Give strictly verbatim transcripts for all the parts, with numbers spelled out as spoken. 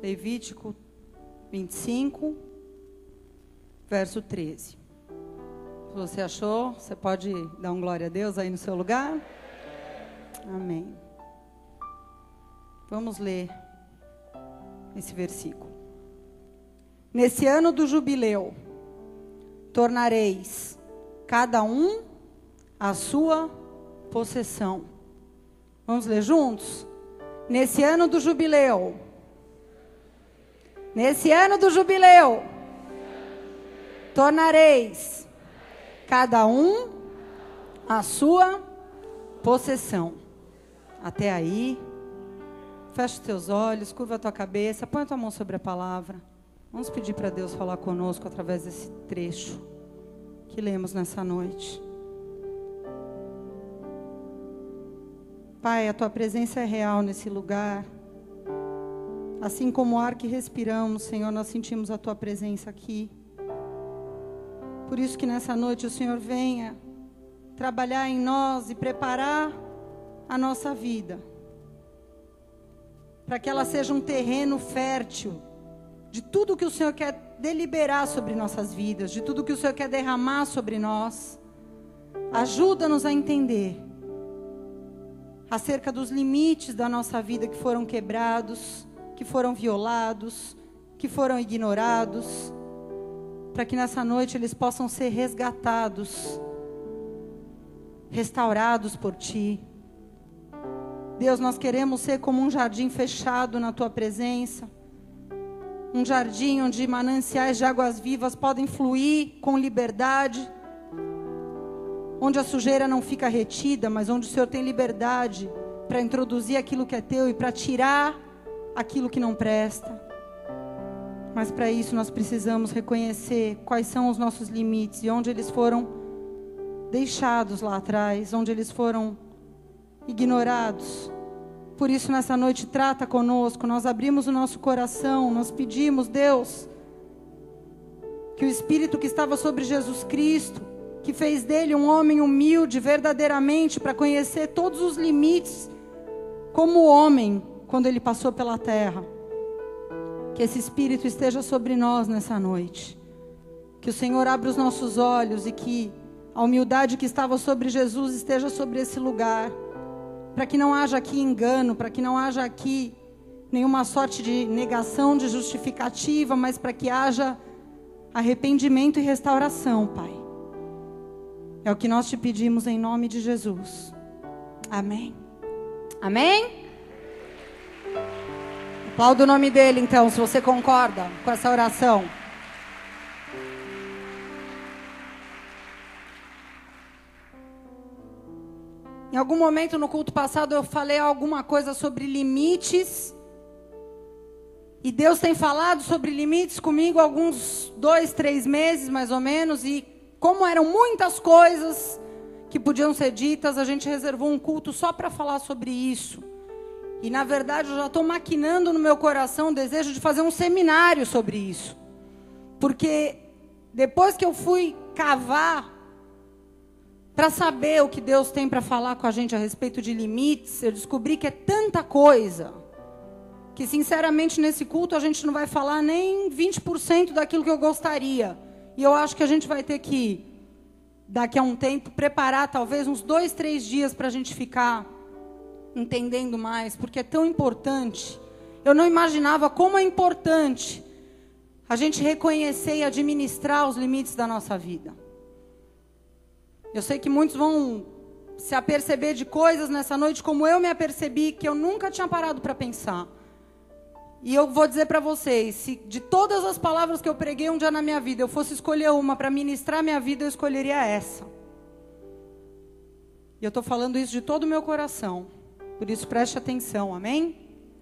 Levítico vinte e cinco, verso treze. Se você achou, você pode dar um glória a Deus aí no seu lugar? Amém. Vamos ler esse versículo. Nesse ano do jubileu, tornareis cada um a sua possessão. Vamos ler juntos? Nesse ano do jubileu. Nesse ano do jubileu, tornareis cada um a sua possessão. Até aí. Fecha os teus olhos, curva a tua cabeça, põe a tua mão sobre a palavra. Vamos pedir para Deus falar conosco através desse trecho que lemos nessa noite. Pai, a tua presença é real nesse lugar. Assim como o ar que respiramos, Senhor, nós sentimos a tua presença aqui. Por isso que nessa noite o Senhor venha trabalhar em nós e preparar a nossa vida, para que ela seja um terreno fértil de tudo que o Senhor quer deliberar sobre nossas vidas, de tudo que o Senhor quer derramar sobre nós. Ajuda-nos a entender acerca dos limites da nossa vida que foram quebrados, que foram violados, que foram ignorados, para que nessa noite eles possam ser resgatados, restaurados por Ti. Deus, nós queremos ser como um jardim fechado na Tua presença, um jardim onde mananciais de águas vivas podem fluir com liberdade, onde a sujeira não fica retida, mas onde o Senhor tem liberdade para introduzir aquilo que é Teu e para tirar aquilo que não presta. Mas para isso nós precisamos reconhecer quais são os nossos limites e onde eles foram deixados lá atrás, onde eles foram ignorados. Por isso nessa noite trata conosco, nós abrimos o nosso coração, nós pedimos, Deus, que o Espírito que estava sobre Jesus Cristo, que fez dele um homem humilde verdadeiramente para conhecer todos os limites como homem quando ele passou pela terra, que esse Espírito esteja sobre nós nessa noite, que o Senhor abra os nossos olhos e que a humildade que estava sobre Jesus esteja sobre esse lugar, para que não haja aqui engano, para que não haja aqui nenhuma sorte de negação, de justificativa, mas para que haja arrependimento e restauração, Pai. É o que nós te pedimos em nome de Jesus. Amém. Amém? Aplauda o nome dele, então, se você concorda com essa oração. Em algum momento no culto passado eu falei alguma coisa sobre limites. E Deus tem falado sobre limites comigo há alguns dois, três meses mais ou menos. E como eram muitas coisas que podiam ser ditas, a gente reservou um culto só para falar sobre isso. E na verdade eu já estou maquinando no meu coração o desejo de fazer um seminário sobre isso. Porque depois que eu fui cavar para saber o que Deus tem para falar com a gente a respeito de limites, eu descobri que é tanta coisa, que sinceramente nesse culto a gente não vai falar nem vinte por cento daquilo que eu gostaria. E eu acho que a gente vai ter que, daqui a um tempo, preparar talvez uns dois, três dias para a gente ficar entendendo mais, porque é tão importante. Eu não imaginava como é importante a gente reconhecer e administrar os limites da nossa vida. Eu sei que muitos vão se aperceber de coisas nessa noite, como eu me apercebi, que eu nunca tinha parado para pensar. E eu vou dizer para vocês, se de todas as palavras que eu preguei um dia na minha vida, eu fosse escolher uma para ministrar a minha vida, eu escolheria essa. E eu estou falando isso de todo o meu coração. Por isso preste atenção, amém?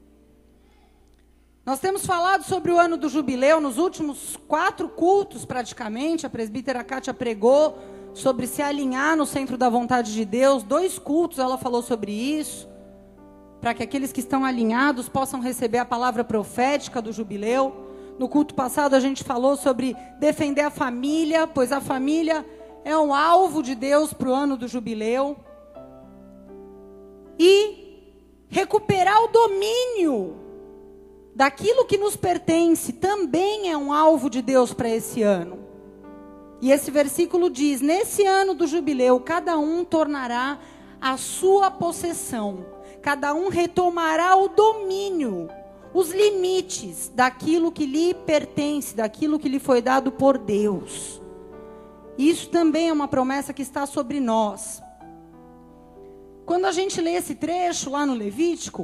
Nós temos falado sobre o ano do jubileu, nos últimos quatro cultos praticamente, a presbítera Kátia pregou sobre se alinhar no centro da vontade de Deus. Dois cultos ela falou sobre isso, para que aqueles que estão alinhados possam receber a palavra profética do jubileu. No culto passado a gente falou sobre defender a família, pois a família é um alvo de Deus para o ano do jubileu. E recuperar o domínio daquilo que nos pertence, também é um alvo de Deus para esse ano. E esse versículo diz: nesse ano do jubileu, cada um tornará a sua possessão, cada um retomará o domínio, os limites daquilo que lhe pertence, daquilo que lhe foi dado por Deus. Isso também é uma promessa que está sobre nós. Quando a gente lê esse trecho lá no Levítico,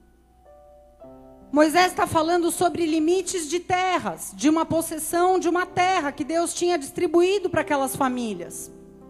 Moisés está falando sobre limites de terras, de uma possessão de uma terra que Deus tinha distribuído para aquelas famílias.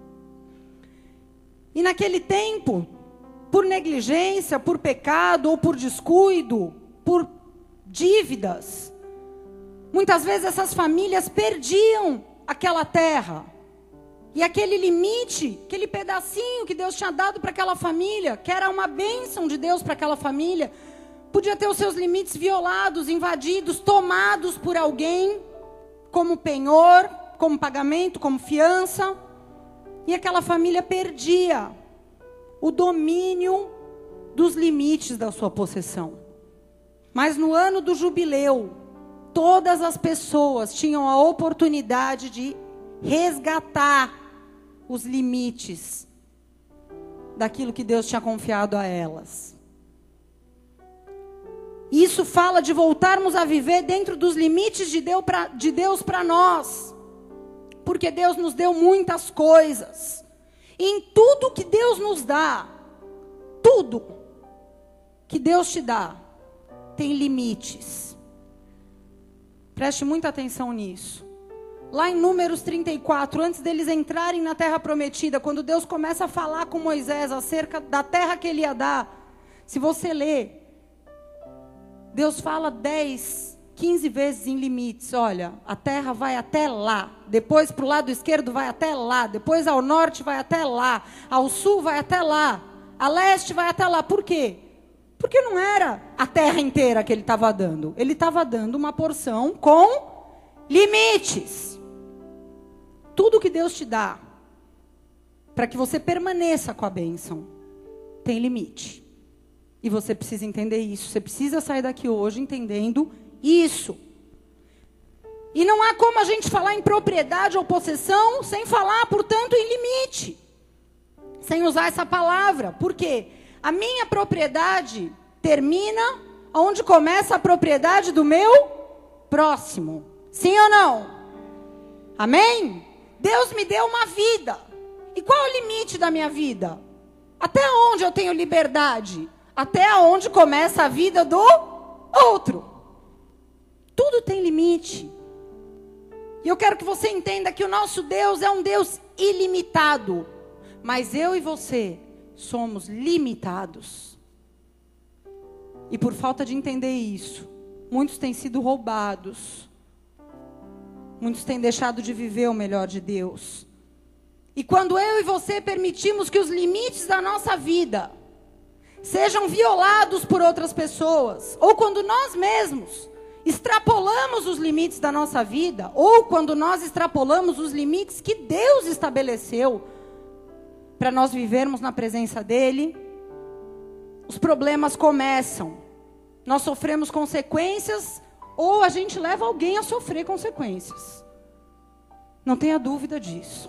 E naquele tempo, por negligência, por pecado ou por descuido, por dívidas, muitas vezes essas famílias perdiam aquela terra. E aquele limite, aquele pedacinho que Deus tinha dado para aquela família, que era uma bênção de Deus para aquela família, podia ter os seus limites violados, invadidos, tomados por alguém, como penhor, como pagamento, como fiança. E aquela família perdia o domínio dos limites da sua possessão. Mas no ano do jubileu, todas as pessoas tinham a oportunidade de resgatar os limites daquilo que Deus tinha confiado a elas. Isso fala de voltarmos a viver dentro dos limites de Deus para nós. Porque Deus nos deu muitas coisas. E em tudo que Deus nos dá, tudo que Deus te dá, tem limites. Preste muita atenção nisso. Lá em Números trinta e quatro, antes deles entrarem na terra prometida, quando Deus começa a falar com Moisés acerca da terra que ele ia dar, se você ler, Deus fala dez, quinze vezes em limites. Olha, a terra vai até lá, depois para o lado esquerdo vai até lá, depois ao norte vai até lá, ao sul vai até lá, a leste vai até lá. Por quê? Porque não era a terra inteira que ele estava dando. Ele estava dando uma porção com limites. Tudo que Deus te dá, para que você permaneça com a bênção, tem limite. E você precisa entender isso. Você precisa sair daqui hoje entendendo isso. E não há como a gente falar em propriedade ou possessão sem falar, portanto, em limite. Sem usar essa palavra. Por quê? A minha propriedade termina onde começa a propriedade do meu próximo. Sim ou não? Amém? Deus me deu uma vida. E qual é o limite da minha vida? Até onde eu tenho liberdade? Até onde começa a vida do outro. Tudo tem limite. E eu quero que você entenda que o nosso Deus é um Deus ilimitado. Mas eu e você somos limitados. E por falta de entender isso, muitos têm sido roubados. Muitos têm deixado de viver o melhor de Deus. E quando eu e você permitimos que os limites da nossa vida sejam violados por outras pessoas, ou quando nós mesmos extrapolamos os limites da nossa vida, ou quando nós extrapolamos os limites que Deus estabeleceu para nós vivermos na presença dEle, os problemas começam. Nós sofremos consequências, ou a gente leva alguém a sofrer consequências. Não tenha dúvida disso.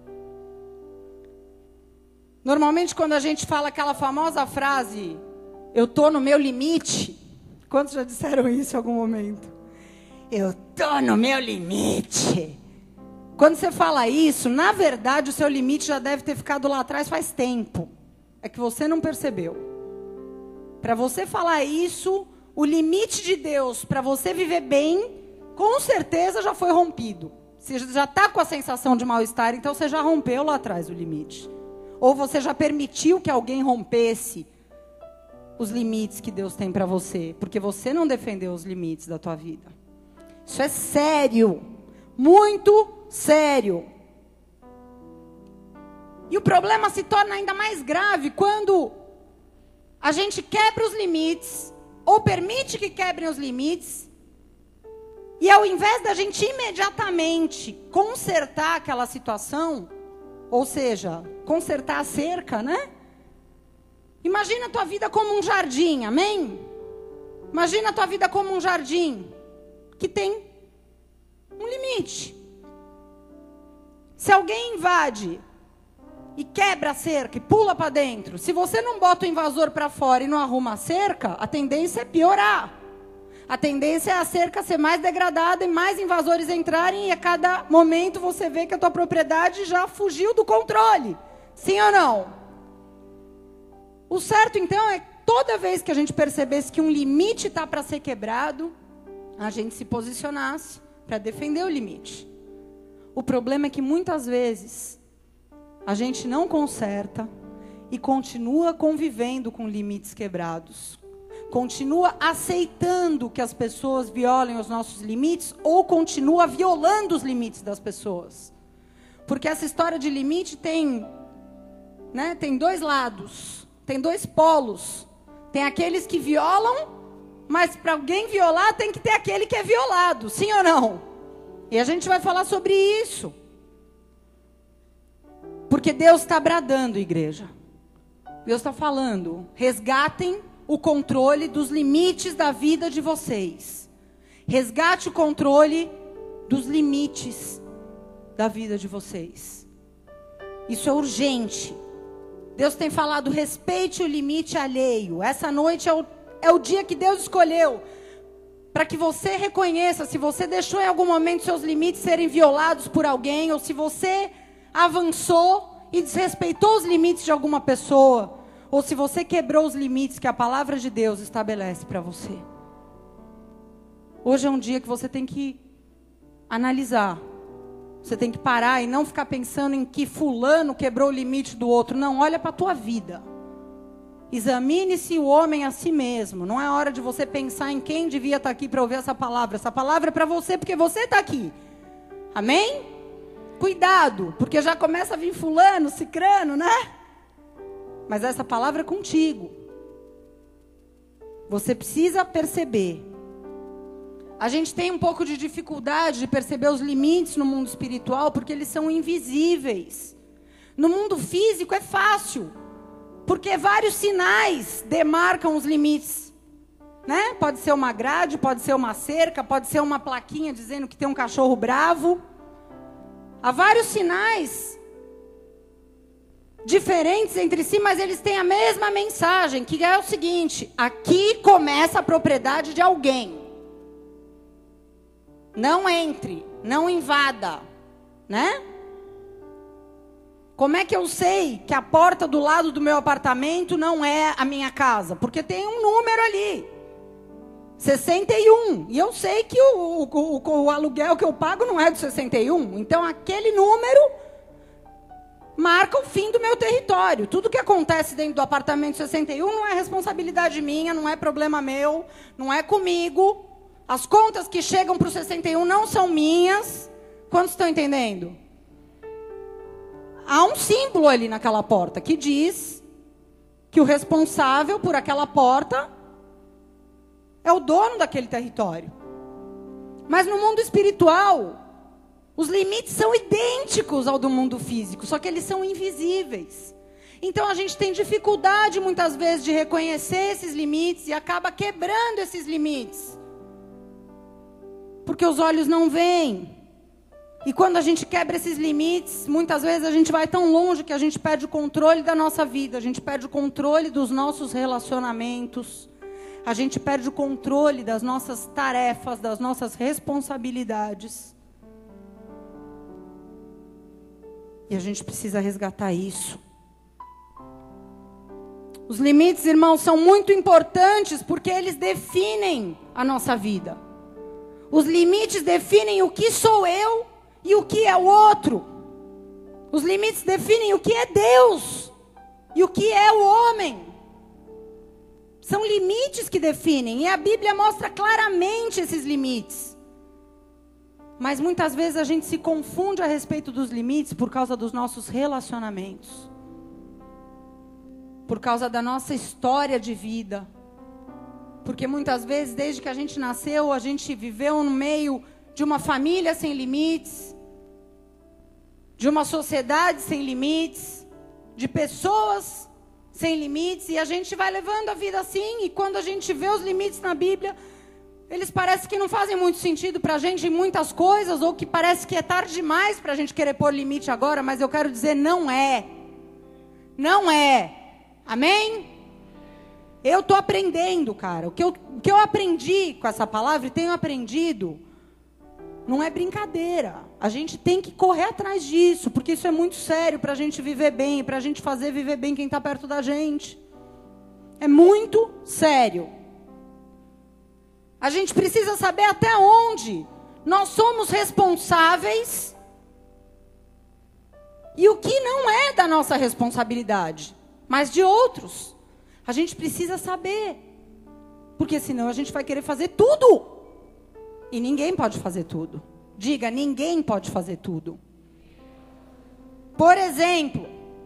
Normalmente quando a gente fala aquela famosa frase, eu estou no meu limite. Quantos já disseram isso em algum momento? Eu estou no meu limite. Quando você fala isso, na verdade o seu limite já deve ter ficado lá atrás faz tempo. É que você não percebeu. Para você falar isso, o limite de Deus para você viver bem, com certeza já foi rompido. Você já está com a sensação de mal-estar, então você já rompeu lá atrás o limite. Ou você já permitiu que alguém rompesse os limites que Deus tem para você, porque você não defendeu os limites da tua vida. Isso é sério, muito sério. E o problema se torna ainda mais grave quando a gente quebra os limites, ou permite que quebrem os limites, e ao invés da gente imediatamente consertar aquela situação, ou seja, consertar a cerca, né? Imagina a tua vida como um jardim, amém? Imagina a tua vida como um jardim que tem um limite. Se alguém invade e quebra a cerca e pula para dentro, se você não bota o invasor para fora e não arruma a cerca, a tendência é piorar. A tendência é a cerca ser mais degradada e mais invasores entrarem, e a cada momento você vê que a tua propriedade já fugiu do controle. Sim ou não? O certo, então, é toda vez que a gente percebesse que um limite está para ser quebrado, a gente se posicionasse para defender o limite. O problema é que muitas vezes a gente não conserta e continua convivendo com limites quebrados. Continua aceitando que as pessoas violem os nossos limites, ou continua violando os limites das pessoas. Porque essa história de limite tem, né, tem dois lados, tem dois polos. Tem aqueles que violam, mas para alguém violar tem que ter aquele que é violado, sim ou não? E a gente vai falar sobre isso. Porque Deus está bradando, igreja. Deus está falando, resgatem o controle dos limites da vida de vocês. Resgate o controle dos limites da vida de vocês. Isso é urgente. Deus tem falado, respeite o limite alheio. Essa noite é o, é o dia que Deus escolheu para que você reconheça se você deixou em algum momento seus limites serem violados por alguém, ou se você avançou e desrespeitou os limites de alguma pessoa, ou se você quebrou os limites que a palavra de Deus estabelece para você. Hoje é um dia que você tem que analisar. Você tem que parar e não ficar pensando em que fulano quebrou o limite do outro. Não, olha para a tua vida. Examine-se o homem a si mesmo. Não é hora de você pensar em quem devia estar aqui para ouvir essa palavra. Essa palavra é para você porque você está aqui. Amém? Cuidado, porque já começa a vir fulano, cicrano, né? Mas essa palavra é contigo. Você precisa perceber. A gente tem um pouco de dificuldade de perceber os limites no mundo espiritual, porque eles são invisíveis. No mundo físico é fácil, porque vários sinais demarcam os limites, né? Pode ser uma grade, pode ser uma cerca, pode ser uma plaquinha dizendo que tem um cachorro bravo. Há vários sinais diferentes entre si, mas eles têm a mesma mensagem, que é o seguinte: aqui começa a propriedade de alguém. Não entre, não invada, né? Como é que eu sei que a porta do lado do meu apartamento não é a minha casa? Porque tem um número ali, sessenta e um, e eu sei que o, o, o, o aluguel que eu pago não é do sessenta e um, então aquele número marca o fim do meu território. Tudo que acontece dentro do apartamento sessenta e um não é responsabilidade minha, não é problema meu, não é comigo. As contas que chegam para o sessenta e um não são minhas. Quantos estão entendendo? Há um símbolo ali naquela porta que diz que o responsável por aquela porta é o dono daquele território. Mas no mundo espiritual, os limites são idênticos ao do mundo físico, só que eles são invisíveis. Então a gente tem dificuldade muitas vezes de reconhecer esses limites e acaba quebrando esses limites. Porque os olhos não veem. E quando a gente quebra esses limites, muitas vezes a gente vai tão longe que a gente perde o controle da nossa vida, a gente perde o controle dos nossos relacionamentos, a gente perde o controle das nossas tarefas, das nossas responsabilidades. E a gente precisa resgatar isso. Os limites, irmãos, são muito importantes porque eles definem a nossa vida. Os limites definem o que sou eu e o que é o outro. Os limites definem o que é Deus e o que é o homem. São limites que definem, e a Bíblia mostra claramente esses limites. Mas muitas vezes a gente se confunde a respeito dos limites por causa dos nossos relacionamentos. Por causa da nossa história de vida. Porque muitas vezes, desde que a gente nasceu, a gente viveu no meio de uma família sem limites, de uma sociedade sem limites, de pessoas sem limites, e a gente vai levando a vida assim, e quando a gente vê os limites na Bíblia, eles parecem que não fazem muito sentido para a gente em muitas coisas, ou que parece que é tarde demais para a gente querer pôr limite agora, mas eu quero dizer, não é. Não é. Amém? Eu estou aprendendo, cara. O que eu, o que eu aprendi com essa palavra, e tenho aprendido, não é brincadeira. A gente tem que correr atrás disso, porque isso é muito sério para a gente viver bem, para a gente fazer viver bem quem está perto da gente. É muito sério. A gente precisa saber até onde nós somos responsáveis e o que não é da nossa responsabilidade, mas de outros. A gente precisa saber, porque senão a gente vai querer fazer tudo. E ninguém pode fazer tudo. Diga, ninguém pode fazer tudo. Por exemplo,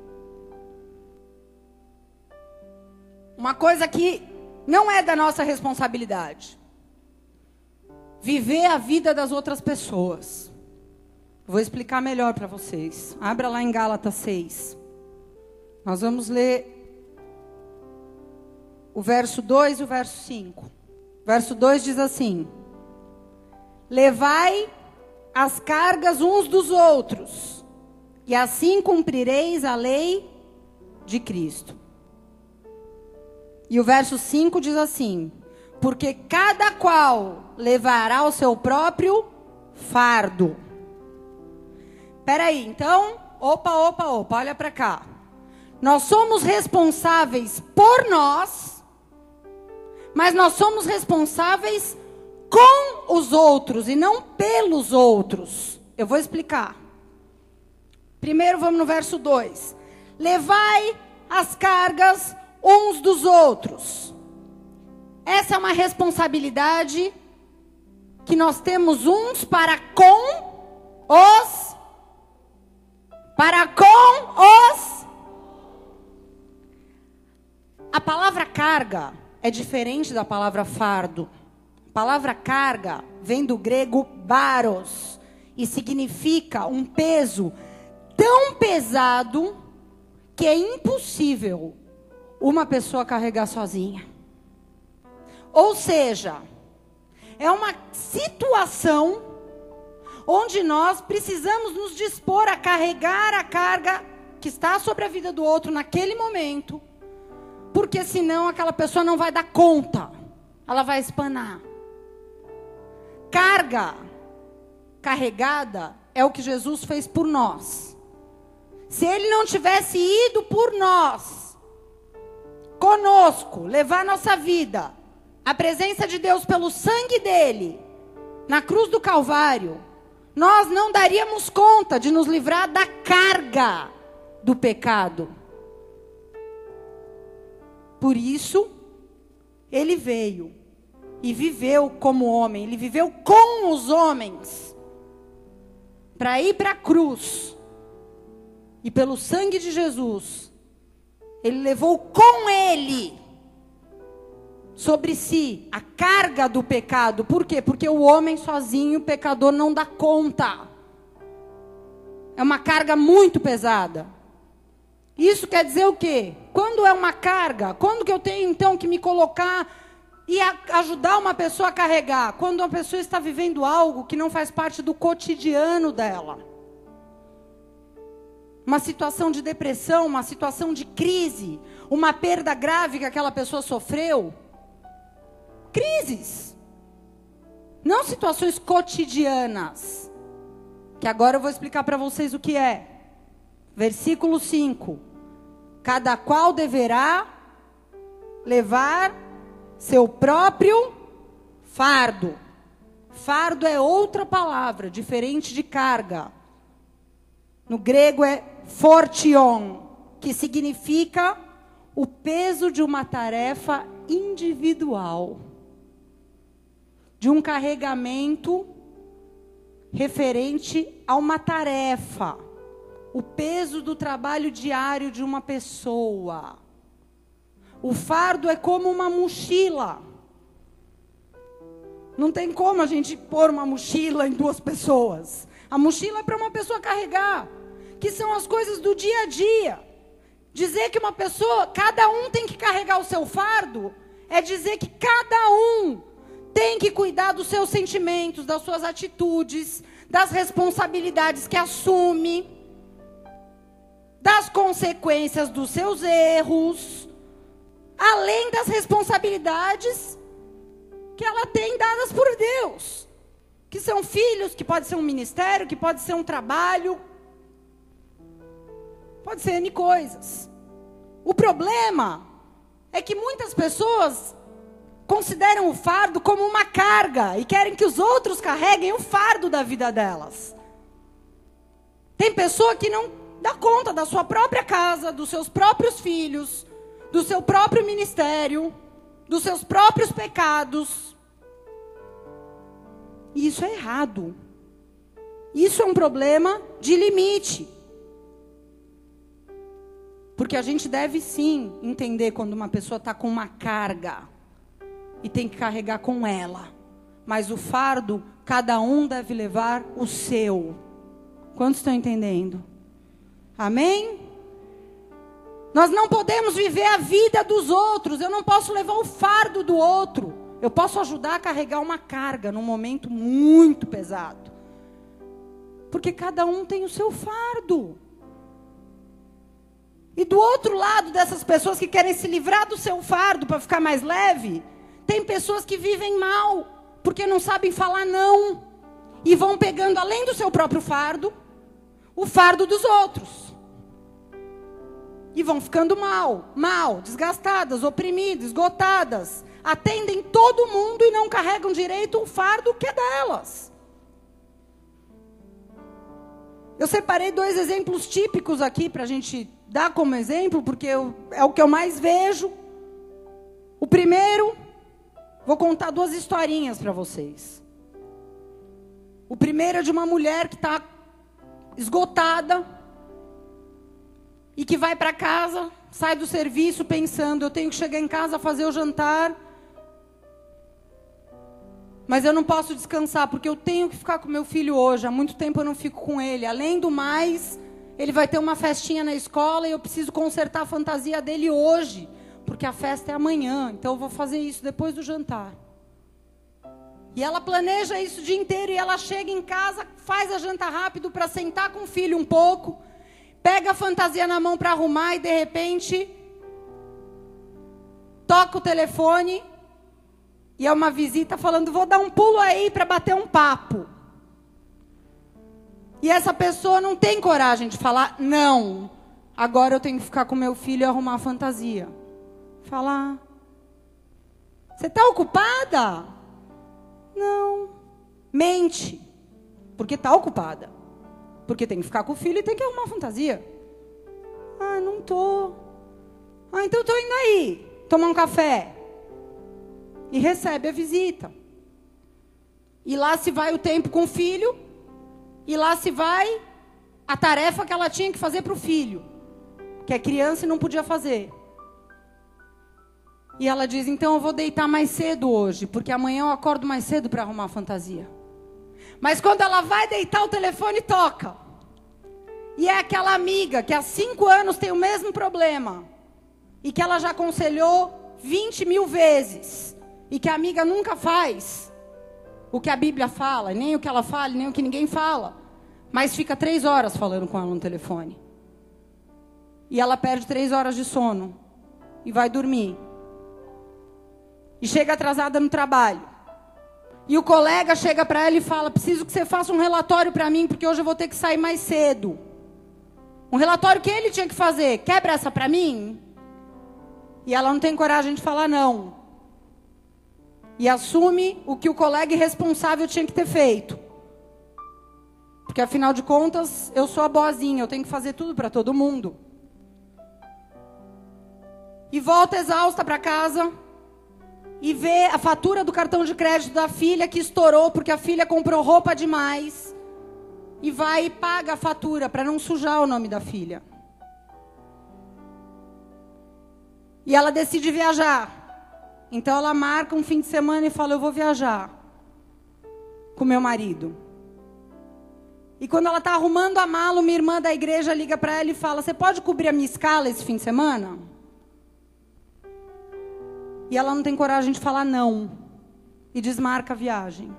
uma coisa que não é da nossa responsabilidade: viver a vida das outras pessoas. Vou explicar melhor para vocês. Abra lá em Gálatas seis. Nós vamos ler o verso dois e o verso cinco. Verso dois diz assim: levai as cargas uns dos outros, e assim cumprireis a lei de Cristo. E o verso cinco diz assim: porque cada qual levará o seu próprio fardo. Peraí, então, opa, opa, opa, olha para cá. Nós somos responsáveis por nós, mas nós somos responsáveis com os outros e não pelos outros. Eu vou explicar. Primeiro vamos no verso dois. Levai as cargas uns dos outros. Essa é uma responsabilidade que nós temos uns para com os... Para com os... A palavra carga é diferente da palavra fardo. A palavra carga vem do grego baros e significa um peso tão pesado que é impossível uma pessoa carregar sozinha. Ou seja, é uma situação onde nós precisamos nos dispor a carregar a carga que está sobre a vida do outro naquele momento, porque senão aquela pessoa não vai dar conta, ela vai espanar. Carga carregada é o que Jesus fez por nós. Se ele não tivesse ido por nós, conosco, levar nossa vida, a presença de Deus pelo sangue dele, na cruz do Calvário, nós não daríamos conta de nos livrar da carga do pecado. Por isso, ele veio e viveu como homem, ele viveu com os homens, para ir para a cruz, e pelo sangue de Jesus, ele levou com ele, sobre si, a carga do pecado. Por quê? Porque o homem sozinho, o pecador, não dá conta. É uma carga muito pesada. Isso quer dizer o quê? Quando é uma carga, quando que eu tenho então que me colocar e a, ajudar uma pessoa a carregar? Quando uma pessoa está vivendo algo que não faz parte do cotidiano dela. Uma situação de depressão, uma situação de crise, uma perda grave que aquela pessoa sofreu. Crises. Não situações cotidianas. Que agora eu vou explicar para vocês o que é. Versículo cinco. Cada qual deverá levar seu próprio fardo. Fardo é outra palavra, diferente de carga. No grego é fortion, que significa o peso de uma tarefa individual. De um carregamento referente a uma tarefa. O peso do trabalho diário de uma pessoa. O fardo é como uma mochila. Não tem como a gente pôr uma mochila em duas pessoas. A mochila é para uma pessoa carregar, que são as coisas do dia a dia. Dizer que uma pessoa, cada um tem que carregar o seu fardo, é dizer que cada um tem que cuidar dos seus sentimentos, das suas atitudes, das responsabilidades que assume, das consequências dos seus erros, além das responsabilidades que ela tem dadas por Deus, que são filhos, que pode ser um ministério, que pode ser um trabalho, pode ser N coisas. O problema é que muitas pessoas consideram o fardo como uma carga e querem que os outros carreguem o fardo da vida delas. Tem pessoa que não dá conta da sua própria casa, dos seus próprios filhos, do seu próprio ministério, dos seus próprios pecados. E isso é errado. Isso é um problema de limite. Porque a gente deve sim entender quando uma pessoa está com uma carga e tem que carregar com ela. Mas o fardo, cada um deve levar o seu. Quantos estão entendendo? Amém? Nós não podemos viver a vida dos outros. Eu não posso levar o fardo do outro. Eu posso ajudar a carregar uma carga num momento muito pesado. Porque cada um tem o seu fardo. E do outro lado dessas pessoas que querem se livrar do seu fardo para ficar mais leve, tem pessoas que vivem mal, porque não sabem falar não. E vão pegando, além do seu próprio fardo, o fardo dos outros. E vão ficando mal, mal, desgastadas, oprimidas, esgotadas. Atendem todo mundo e não carregam direito o fardo que é delas. Eu separei dois exemplos típicos aqui para a gente dar como exemplo, porque eu, é o que eu mais vejo. O primeiro, vou contar duas historinhas para vocês. O primeiro é de uma mulher que está esgotada e que vai para casa, sai do serviço pensando, eu tenho que chegar em casa, fazer o jantar, mas eu não posso descansar, porque eu tenho que ficar com meu filho hoje. Há muito tempo eu não fico com ele. Além do mais, ele vai ter uma festinha na escola e eu preciso consertar a fantasia dele hoje, porque a festa é amanhã. Então eu vou fazer isso depois do jantar. E ela planeja isso o dia inteiro e ela chega em casa, faz a janta rápido para sentar com o filho um pouco, pega a fantasia na mão para arrumar e de repente toca o telefone. E é uma visita falando, vou dar um pulo aí para bater um papo. E essa pessoa não tem coragem de falar, não, agora eu tenho que ficar com meu filho e arrumar a fantasia. Falar, você está ocupada? Não. Mente, porque está ocupada. Porque tem que ficar com o filho e tem que arrumar a fantasia. Ah, não estou. Ah, então estou indo aí, tomar um café. E recebe a visita. E lá se vai o tempo com o filho. E lá se vai a tarefa que ela tinha que fazer para o filho. Que é criança e não podia fazer. E ela diz, então eu vou deitar mais cedo hoje. Porque amanhã eu acordo mais cedo para arrumar a fantasia. Mas quando ela vai deitar, o telefone toca. E é aquela amiga que há cinco anos tem o mesmo problema. E que ela já aconselhou vinte mil vezes. E que a amiga nunca faz o que a Bíblia fala, nem o que ela fala, nem o que ninguém fala. Mas fica três horas falando com ela no telefone. E ela perde três horas de sono. E vai dormir. E chega atrasada no trabalho. E o colega chega para ela e fala, preciso que você faça um relatório para mim, porque hoje eu vou ter que sair mais cedo. Um relatório que ele tinha que fazer. Quebra essa para mim? E ela não tem coragem de falar não. E assume o que o colega irresponsável tinha que ter feito. Porque afinal de contas, eu sou a boazinha, eu tenho que fazer tudo para todo mundo. E volta exausta para casa e vê a fatura do cartão de crédito da filha que estourou porque a filha comprou roupa demais. E vai e paga a fatura para não sujar o nome da filha. E ela decide viajar. Então ela marca um fim de semana e fala, eu vou viajar com meu marido. E quando ela está arrumando a mala, uma irmã da igreja liga para ela e fala: você pode cobrir a minha escala esse fim de semana? E ela não tem coragem de falar não. E desmarca a viagem.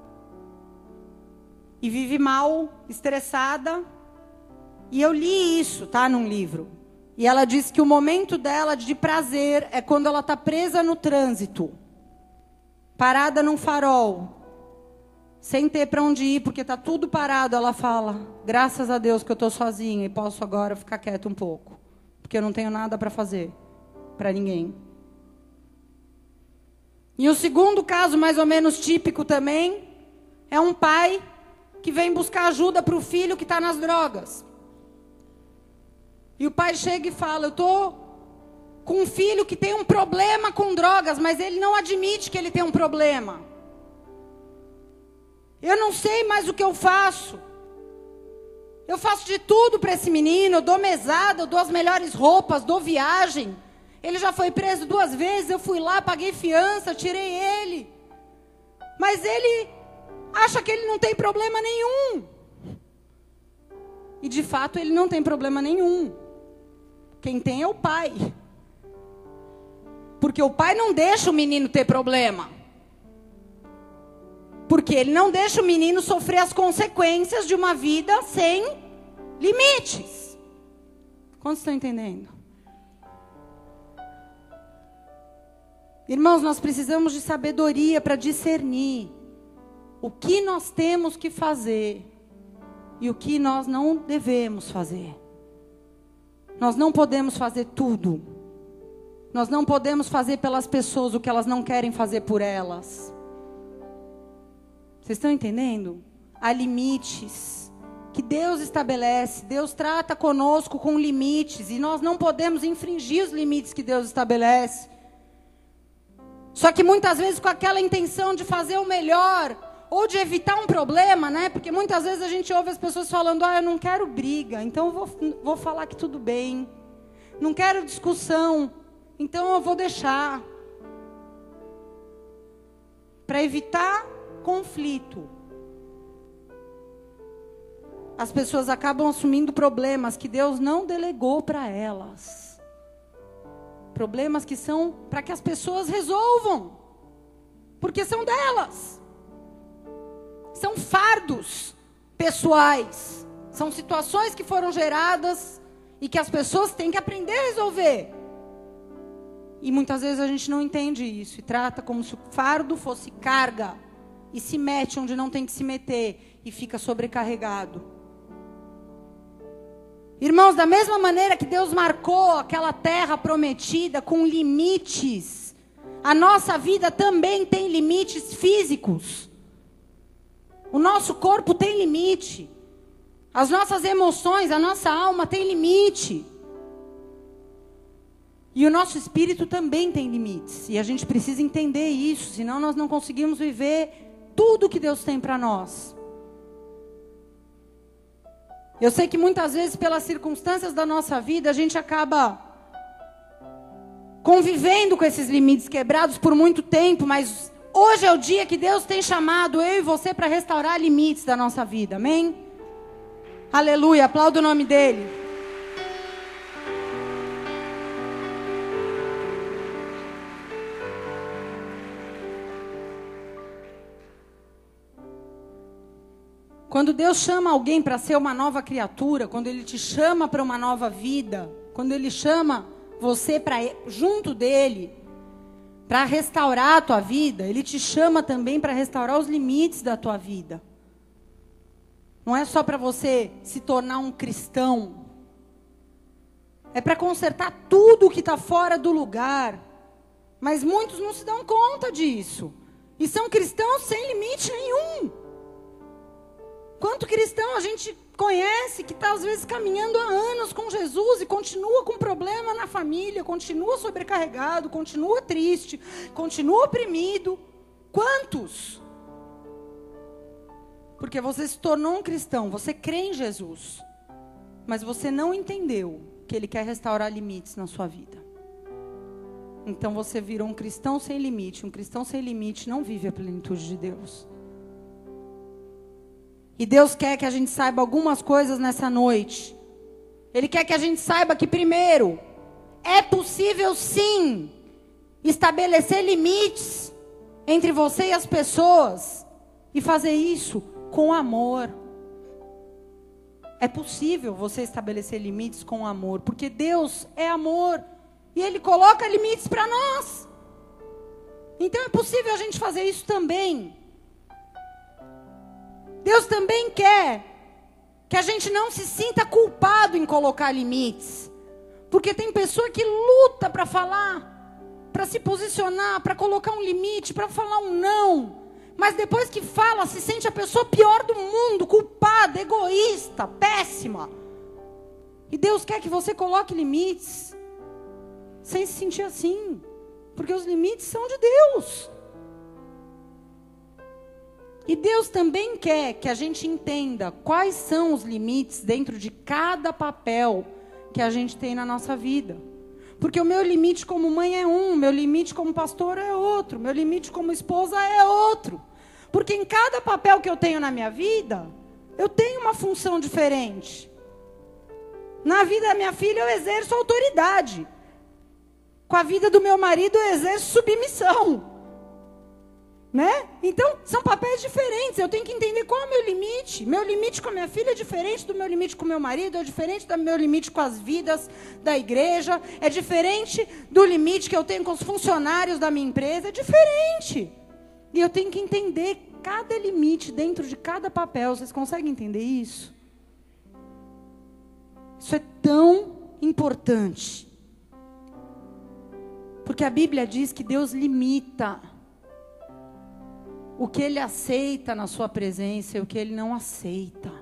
E vive mal, estressada. E eu li isso, tá, num livro. E ela diz que o momento dela de prazer é quando ela está presa no trânsito. Parada num farol. Sem ter para onde ir, porque está tudo parado. Ela fala: graças a Deus que eu estou sozinha e posso agora ficar quieta um pouco. Porque eu não tenho nada para fazer para ninguém. E o segundo caso, mais ou menos típico também, é um pai que vem buscar ajuda para o filho que está nas drogas. E o pai chega e fala: eu estou com um filho que tem um problema com drogas, mas ele não admite que ele tem um problema. Eu não sei mais o que eu faço. Eu faço de tudo para esse menino, eu dou mesada, eu dou as melhores roupas, dou viagem. Ele já foi preso duas vezes, eu fui lá, paguei fiança, tirei ele. Mas ele acha que ele não tem problema nenhum. E de fato ele não tem problema nenhum. Quem tem é o pai. Porque o pai não deixa o menino ter problema. Porque ele não deixa o menino sofrer as consequências de uma vida sem limites. Quantos estão entendendo? Irmãos, nós precisamos de sabedoria para discernir o que nós temos que fazer e o que nós não devemos fazer. Nós não podemos fazer tudo. Nós não podemos fazer pelas pessoas o que elas não querem fazer por elas. Vocês estão entendendo? Há limites que Deus estabelece. Deus trata conosco com limites. E nós não podemos infringir os limites que Deus estabelece. Só que muitas vezes com aquela intenção de fazer o melhor. Ou de evitar um problema, né? Porque muitas vezes a gente ouve as pessoas falando: ah, eu não quero briga, então eu vou, vou falar que tudo bem. Não quero discussão, então eu vou deixar. Para evitar conflito. As pessoas acabam assumindo problemas que Deus não delegou para elas. Problemas que são para que as pessoas resolvam. Porque são delas. São fardos pessoais. São situações que foram geradas e que as pessoas têm que aprender a resolver. E muitas vezes a gente não entende isso e trata como se o fardo fosse carga. E se mete onde não tem que se meter. E fica sobrecarregado. Irmãos, da mesma maneira que Deus marcou aquela terra prometida com limites. A nossa vida também tem limites físicos. O nosso corpo tem limite. As nossas emoções, a nossa alma tem limite. E o nosso espírito também tem limites. E a gente precisa entender isso. Senão nós não conseguimos viver tudo que Deus tem para nós. Eu sei que muitas vezes, pelas circunstâncias da nossa vida, a gente acaba convivendo com esses limites quebrados por muito tempo. Mas hoje é o dia que Deus tem chamado eu e você para restaurar limites da nossa vida. Amém? Aleluia. Aplauda o nome dele. Quando Deus chama alguém para ser uma nova criatura, quando Ele te chama para uma nova vida, quando Ele chama você para junto dEle, para restaurar a tua vida, Ele te chama também para restaurar os limites da tua vida. Não é só para você se tornar um cristão. É para consertar tudo que está fora do lugar. Mas muitos não se dão conta disso. E são cristãos sem limite nenhum. Quanto cristão a gente conhece que está às vezes caminhando há anos com Jesus e continua com problema na família, continua sobrecarregado, continua triste, continua oprimido. Quantos? Porque você se tornou um cristão, você crê em Jesus, mas você não entendeu que Ele quer restaurar limites na sua vida. Então você virou um cristão sem limite. Um cristão sem limite não vive a plenitude de Deus. E Deus quer que a gente saiba algumas coisas nessa noite. Ele quer que a gente saiba que, primeiro, é possível sim estabelecer limites entre você e as pessoas e fazer isso com amor. É possível você estabelecer limites com amor, porque Deus é amor e Ele coloca limites para nós. Então é possível a gente fazer isso também. Deus também quer que a gente não se sinta culpado em colocar limites. Porque tem pessoa que luta para falar, para se posicionar, para colocar um limite, para falar um não. Mas depois que fala, se sente a pessoa pior do mundo, culpada, egoísta, péssima. E Deus quer que você coloque limites, sem se sentir assim. Porque os limites são de Deus. E Deus também quer que a gente entenda quais são os limites dentro de cada papel que a gente tem na nossa vida. Porque o meu limite como mãe é um, meu limite como pastor é outro, meu limite como esposa é outro. Porque em cada papel que eu tenho na minha vida, eu tenho uma função diferente. Na vida da minha filha eu exerço autoridade. Com a vida do meu marido eu exerço submissão. Né? Então, são papéis diferentes. Eu tenho que entender qual é o meu limite. Meu limite com a minha filha é diferente do meu limite com o meu marido, é diferente do meu limite com as vidas da igreja, é diferente do limite que eu tenho com os funcionários da minha empresa, é diferente. E eu tenho que entender cada limite dentro de cada papel. Vocês conseguem entender isso? Isso é tão importante. Porque a Bíblia diz que Deus limita o que Ele aceita na sua presença e o que Ele não aceita.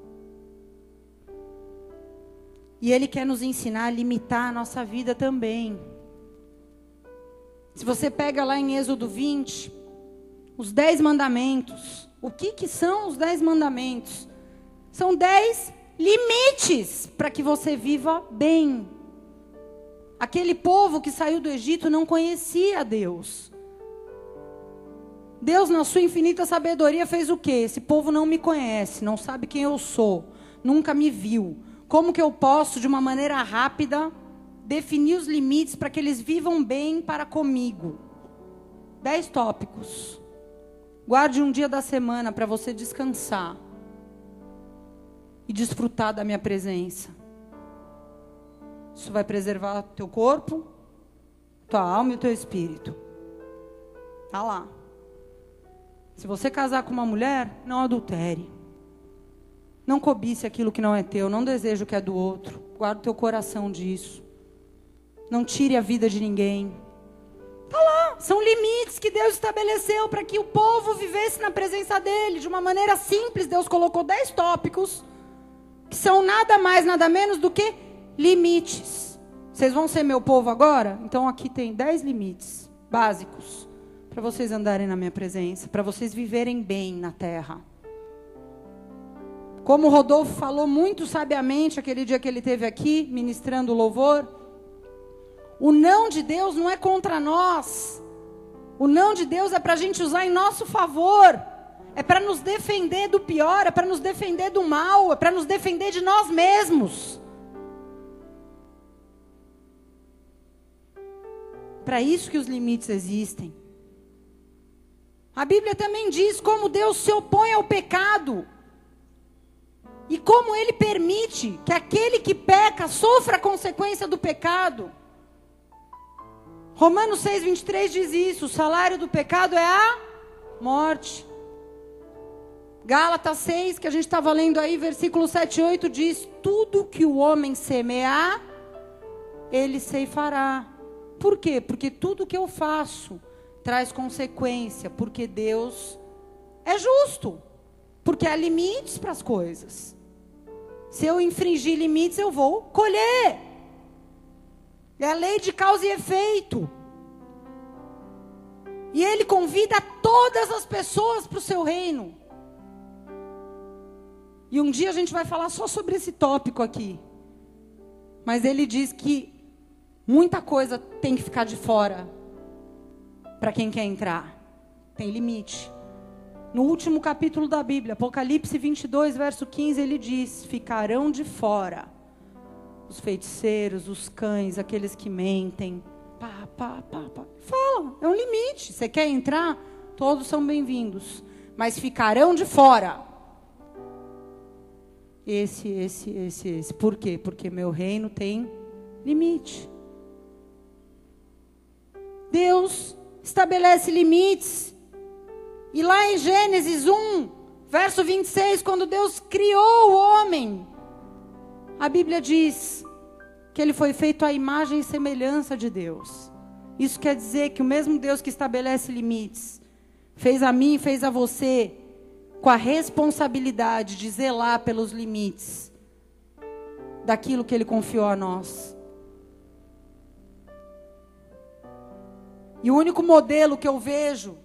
E Ele quer nos ensinar a limitar a nossa vida também. Se você pega lá em Êxodo vinte, os dez mandamentos. O que que são os dez mandamentos? São dez limites para que você viva bem. Aquele povo que saiu do Egito não conhecia Deus. Deus, na sua infinita sabedoria, fez o quê? Esse povo não me conhece, não sabe quem eu sou, nunca me viu. Como que eu posso, de uma maneira rápida, definir os limites para que eles vivam bem para comigo? Dez tópicos. Guarde um dia da semana para você descansar e desfrutar da minha presença. Isso vai preservar teu corpo, tua alma e o teu espírito. Tá lá. Se você casar com uma mulher, não adultere. Não cobice aquilo que não é teu, não deseje o que é do outro. Guarda o teu coração disso. Não tire a vida de ninguém. Tá lá, são limites que Deus estabeleceu para que o povo vivesse na presença dele. De uma maneira simples, Deus colocou dez tópicos, que são nada mais, nada menos do que limites. Vocês vão ser meu povo agora? Então aqui tem dez limites básicos para vocês andarem na minha presença, para vocês viverem bem na terra. Como o Rodolfo falou muito sabiamente aquele dia que ele esteve aqui, ministrando o louvor, o não de Deus não é contra nós. O não de Deus é para a gente usar em nosso favor. É para nos defender do pior, é para nos defender do mal, é para nos defender de nós mesmos. Para isso que os limites existem. A Bíblia também diz como Deus se opõe ao pecado. E como Ele permite que aquele que peca sofra a consequência do pecado. Romanos seis, vinte e três diz isso. O salário do pecado é a morte. Gálatas seis, que a gente estava lendo aí, versículo sete e oito, diz: tudo que o homem semear, ele ceifará. Por quê? Porque tudo que eu faço traz consequência, porque Deus é justo, porque há limites para as coisas. Se eu infringir limites, eu vou colher. É a lei de causa e efeito. E Ele convida todas as pessoas para o seu reino. E um dia a gente vai falar só sobre esse tópico aqui. Mas Ele diz que muita coisa tem que ficar de fora para quem quer entrar. Tem limite. No último capítulo da Bíblia, Apocalipse vinte e dois, verso quinze, ele diz: ficarão de fora os feiticeiros, os cães, aqueles que mentem. Pá, pá, pá, pá. Fala, é um limite. Você quer entrar? Todos são bem-vindos. Mas ficarão de fora. Esse, esse, esse, esse. Por quê? Porque meu reino tem limite. Deus estabelece limites. E lá em Gênesis um, verso vinte e seis, quando Deus criou o homem, a Bíblia diz que ele foi feito à imagem e semelhança de Deus. Isso quer dizer que o mesmo Deus que estabelece limites, fez a mim e fez a você, com a responsabilidade de zelar pelos limites daquilo que Ele confiou a nós. E o único modelo que eu vejo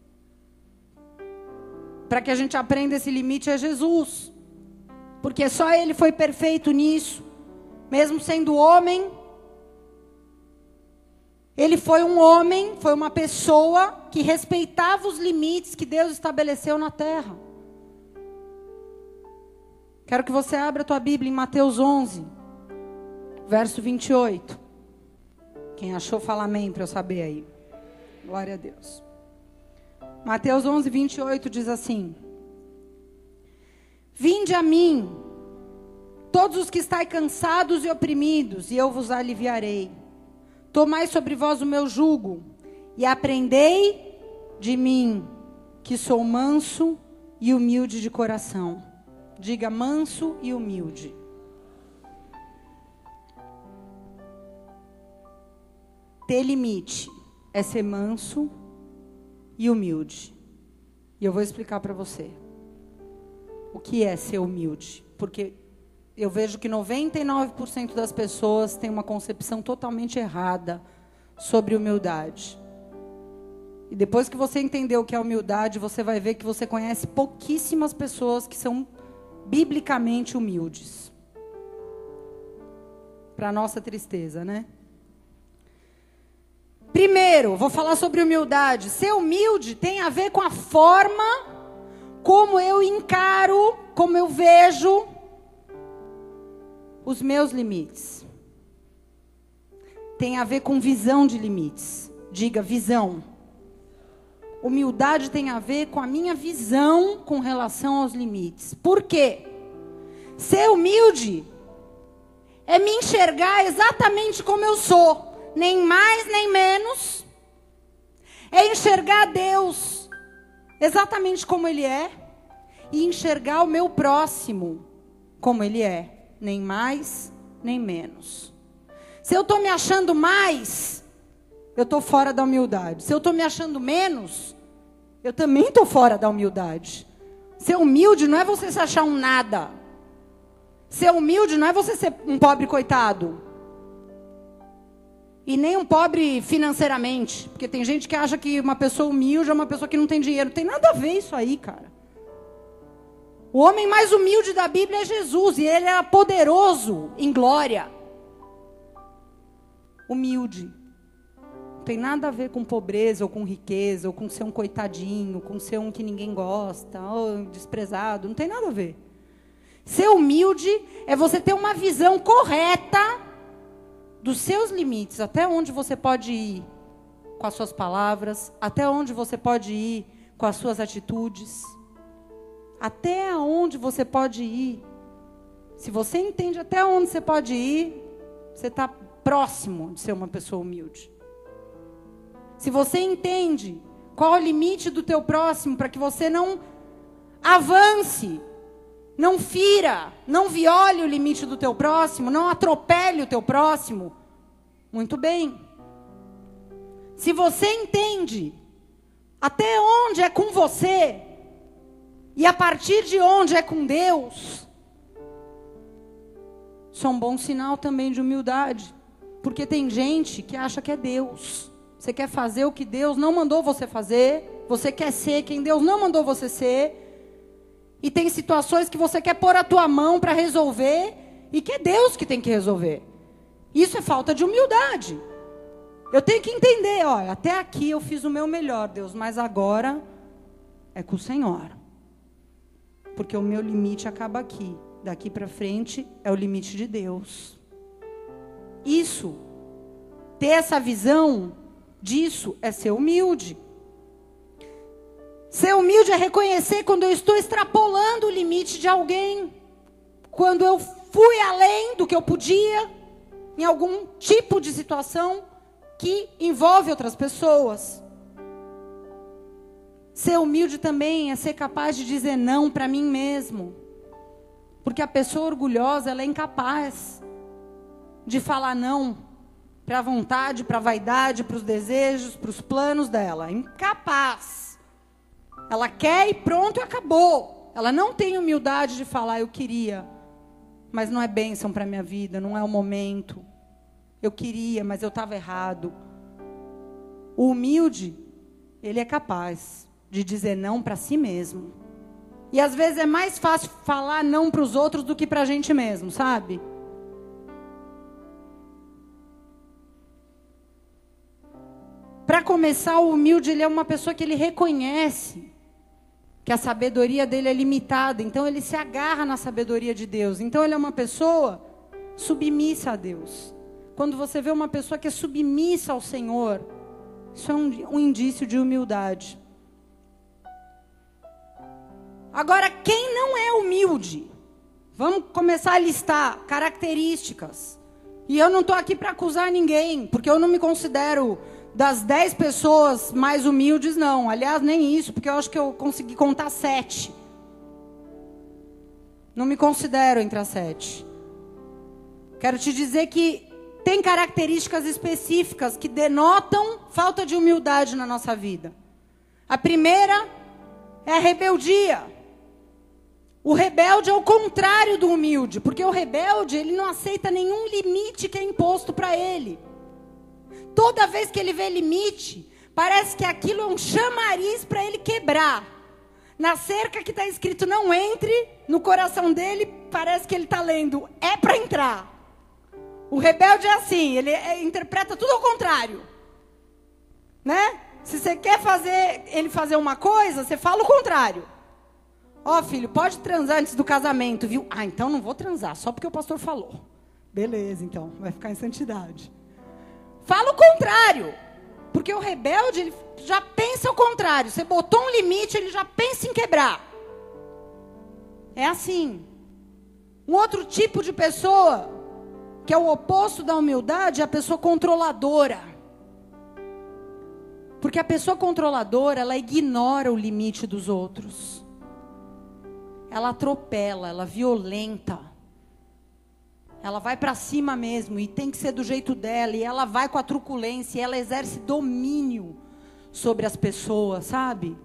para que a gente aprenda esse limite é Jesus. Porque só Ele foi perfeito nisso. Mesmo sendo homem, Ele foi um homem, foi uma pessoa que respeitava os limites que Deus estabeleceu na terra. Quero que você abra a tua Bíblia em Mateus onze, verso vinte e oito. Quem achou, fala amém para eu saber aí. Glória a Deus. Mateus onze, vinte e oito diz assim: vinde a mim, todos os que estáis cansados e oprimidos, e eu vos aliviarei. Tomai sobre vós o meu jugo, e aprendei de mim, que sou manso e humilde de coração. Diga manso e humilde. Ter limite é ser manso e humilde. E eu vou explicar para você o que é ser humilde. Porque eu vejo que noventa e nove por cento das pessoas têm uma concepção totalmente errada sobre humildade. E depois que você entender o que é humildade, você vai ver que você conhece pouquíssimas pessoas que são biblicamente humildes. Para nossa tristeza, né? Primeiro, vou falar sobre humildade. Ser humilde tem a ver com a forma como eu encaro, como eu vejo os meus limites. Tem a ver com visão de limites. Diga, visão. Humildade tem a ver com a minha visão com relação aos limites. Por quê? Ser humilde é me enxergar exatamente como eu sou. Nem mais, nem menos. É enxergar Deus exatamente como Ele é. E enxergar o meu próximo como Ele é. Nem mais, nem menos. Se eu estou me achando mais, eu estou fora da humildade. Se eu estou me achando menos, eu também estou fora da humildade. Ser humilde não é você se achar um nada. Ser humilde não é você ser um pobre coitado. E nem um pobre financeiramente. Porque tem gente que acha que uma pessoa humilde é uma pessoa que não tem dinheiro. Não tem nada a ver isso aí, cara. O homem mais humilde da Bíblia é Jesus. E ele era poderoso em glória. Humilde. Não tem nada a ver com pobreza ou com riqueza. Ou com ser um coitadinho. Com ser um que ninguém gosta. Ou desprezado. Não tem nada a ver. Ser humilde é você ter uma visão correta dos seus limites, até onde você pode ir com as suas palavras, até onde você pode ir com as suas atitudes, até onde você pode ir. Se você entende até onde você pode ir, você está próximo de ser uma pessoa humilde. Se você entende qual é o limite do teu próximo, para que você não avance, não fira, não viole o limite do teu próximo, não atropele o teu próximo. Muito bem. Se você entende até onde é com você e a partir de onde é com Deus, isso é um bom sinal também de humildade. Porque tem gente que acha que é Deus. Você quer fazer o que Deus não mandou você fazer. Você quer ser quem Deus não mandou você ser. E tem situações que você quer pôr a tua mão para resolver e que é Deus que tem que resolver. Isso é falta de humildade. Eu tenho que entender, olha, até aqui eu fiz o meu melhor, Deus, mas agora é com o Senhor. Porque o meu limite acaba aqui. Daqui para frente é o limite de Deus. Isso, ter essa visão disso é ser humilde. Ser humilde é reconhecer quando eu estou extrapolando o limite de alguém. Quando eu fui além do que eu podia, em algum tipo de situação que envolve outras pessoas. Ser humilde também é ser capaz de dizer não para mim mesmo. Porque a pessoa orgulhosa, ela é incapaz de falar não para a vontade, para a vaidade, para os desejos, para os planos dela. Incapaz. Ela quer e pronto, e acabou. Ela não tem humildade de falar, eu queria, mas não é bênção para a minha vida, não é o momento. Eu queria, mas eu estava errado. O humilde, ele é capaz de dizer não para si mesmo. E às vezes é mais fácil falar não para os outros do que para a gente mesmo, sabe? Para começar, o humilde, ele é uma pessoa que ele reconhece que a sabedoria dele é limitada. Então ele se agarra na sabedoria de Deus. Então ele é uma pessoa submissa a Deus. Quando você vê uma pessoa que é submissa ao Senhor, isso é um, um indício de humildade. Agora, quem não é humilde? Vamos começar a listar características. E eu não estou aqui para acusar ninguém, porque eu não me considero das dez pessoas mais humildes, não. Aliás, nem isso, porque eu acho que eu consegui contar sete. Não me considero entre as sete. Quero te dizer que tem características específicas que denotam falta de humildade na nossa vida. A primeira é a rebeldia. O rebelde é o contrário do humilde, porque o rebelde, ele não aceita nenhum limite que é imposto para ele. Toda vez que ele vê limite, parece que aquilo é um chamariz para ele quebrar. Na cerca que está escrito não entre, no coração dele, parece que ele está lendo, é para entrar. O rebelde é assim, ele é, interpreta tudo ao contrário. Né? Se você quer fazer ele fazer uma coisa, você fala o contrário. Ó, oh, filho, pode transar antes do casamento, viu? Ah, então não vou transar, só porque o pastor falou. Beleza, então, vai ficar em santidade. Fala o contrário. Porque o rebelde, ele já pensa o contrário. Você botou um limite, ele já pensa em quebrar. É assim. Um outro tipo de pessoa, que é o oposto da humildade, é a pessoa controladora. Porque a pessoa controladora, ela ignora o limite dos outros. Ela atropela, ela violenta. Ela vai para cima mesmo e tem que ser do jeito dela. E ela vai com a truculência, e ela exerce domínio sobre as pessoas, sabe?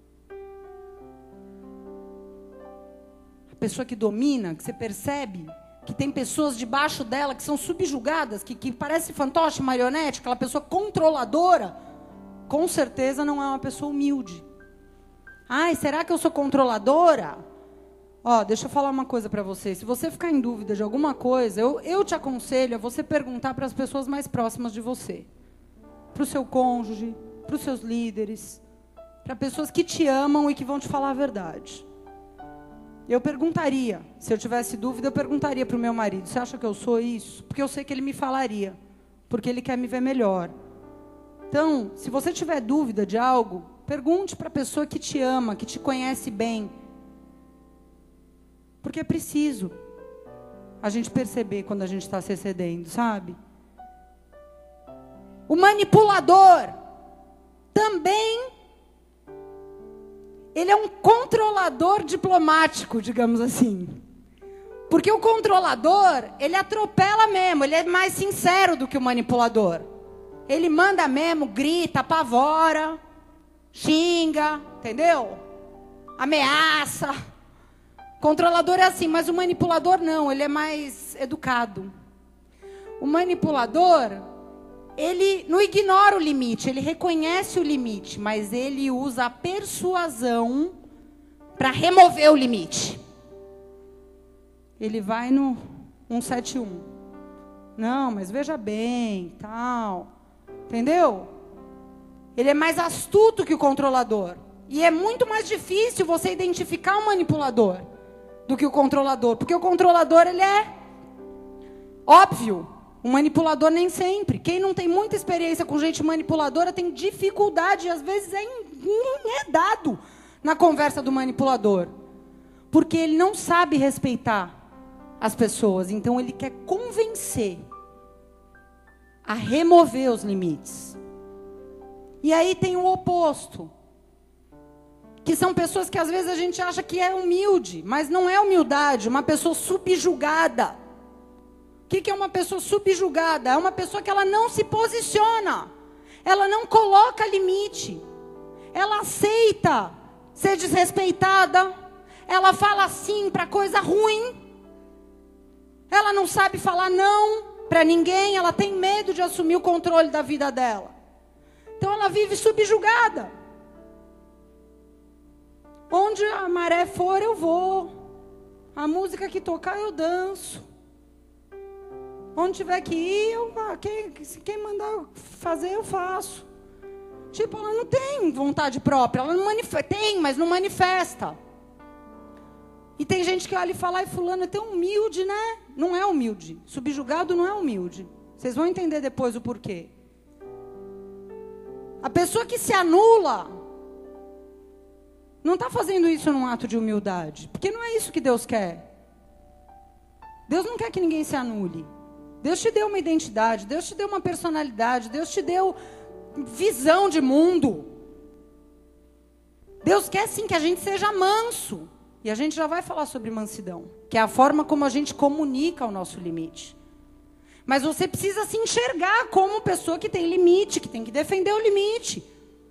A pessoa que domina, que você percebe que tem pessoas debaixo dela que são subjugadas, que, que parece fantoche, marionete, aquela pessoa controladora, com certeza não é uma pessoa humilde. Ai, será que eu sou controladora? Ó, deixa eu falar uma coisa para você. Se você ficar em dúvida de alguma coisa, eu, eu te aconselho a você perguntar para as pessoas mais próximas de você. Para o seu cônjuge, para os seus líderes, para pessoas que te amam e que vão te falar a verdade. Eu perguntaria, se eu tivesse dúvida, eu perguntaria para o meu marido, você acha que eu sou isso? Porque eu sei que ele me falaria, porque ele quer me ver melhor. Então, se você tiver dúvida de algo, pergunte para a pessoa que te ama, que te conhece bem. Porque é preciso a gente perceber quando a gente está se excedendo, sabe? O manipulador também, ele é um controlador diplomático, digamos assim. Porque o controlador, ele atropela mesmo, ele é mais sincero do que o manipulador. Ele manda mesmo, grita, apavora, xinga, entendeu? Ameaça. Controlador é assim, mas o manipulador não, ele é mais educado. O manipulador, ele não ignora o limite, ele reconhece o limite, mas ele usa a persuasão para remover o limite. Ele vai no cento e setenta e um. Não, mas veja bem, tal. Entendeu? Ele é mais astuto que o controlador. E é muito mais difícil você identificar um manipulador do que o controlador. Porque o controlador, ele é óbvio. O manipulador nem sempre. Quem não tem muita experiência com gente manipuladora tem dificuldade, e às vezes é enredado na conversa do manipulador. Porque ele não sabe respeitar as pessoas. Então ele quer convencer a remover os limites. E aí tem o oposto. Que são pessoas que às vezes a gente acha que é humilde, mas não é humildade, uma pessoa subjugada. O que, que é uma pessoa subjugada? É uma pessoa que ela não se posiciona. Ela não coloca limite. Ela aceita ser desrespeitada. Ela fala sim para coisa ruim. Ela não sabe falar não para ninguém. Ela tem medo de assumir o controle da vida dela. Então ela vive subjugada. Onde a maré for, eu vou. A música que tocar, eu danço. Onde tiver que ir, eu, ah, quem, quem mandar fazer, eu faço. Tipo, ela não tem vontade própria. Ela não manifesta. Tem, mas não manifesta. E tem gente que olha e fala, ai, fulano é tão humilde, né? Não é humilde. Subjugado não é humilde. Vocês vão entender depois o porquê. A pessoa que se anula não está fazendo isso num ato de humildade. Porque não é isso que Deus quer. Deus não quer que ninguém se anule. Deus te deu uma identidade, Deus te deu uma personalidade, Deus te deu visão de mundo. Deus quer sim que a gente seja manso. E a gente já vai falar sobre mansidão, que é a forma como a gente comunica o nosso limite. Mas você precisa se enxergar como pessoa que tem limite, que tem que defender o limite.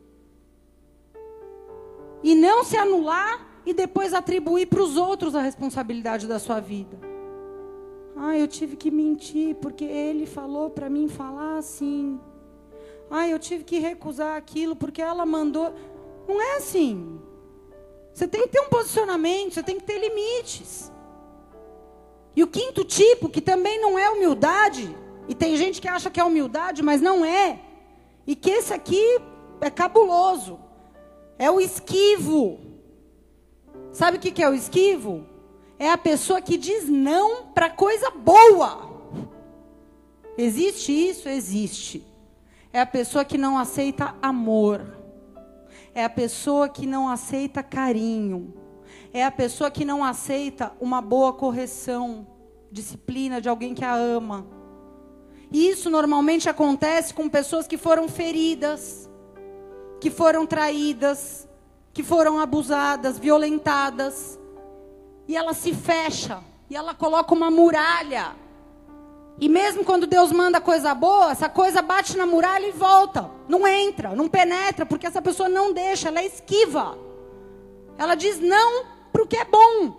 E não se anular e depois atribuir para os outros a responsabilidade da sua vida. Ah, eu tive que mentir porque ele falou para mim falar assim. Ah, eu tive que recusar aquilo porque ela mandou. Não é assim. Você tem que ter um posicionamento, você tem que ter limites. E o quinto tipo, que também não é humildade, e tem gente que acha que é humildade, mas não é. E que esse aqui é cabuloso. É o esquivo. Sabe o que é o esquivo? É a pessoa que diz não para coisa boa. Existe isso? Existe. É a pessoa que não aceita amor. É a pessoa que não aceita carinho. É a pessoa que não aceita uma boa correção, disciplina de alguém que a ama. E isso normalmente acontece com pessoas que foram feridas, que foram traídas, que foram abusadas, violentadas. E ela se fecha, e ela coloca uma muralha. E mesmo quando Deus manda coisa boa, essa coisa bate na muralha e volta. Não entra, não penetra, porque essa pessoa não deixa, ela é esquiva. Ela diz não para o que é bom.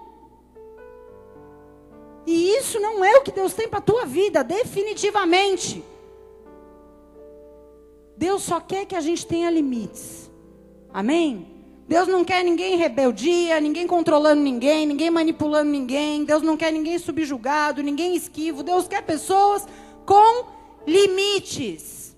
E isso não é o que Deus tem para a tua vida, definitivamente. Deus só quer que a gente tenha limites. Amém? Deus não quer ninguém em rebeldia, ninguém controlando ninguém, ninguém manipulando ninguém. Deus não quer ninguém subjugado, ninguém esquivo. Deus quer pessoas com limites.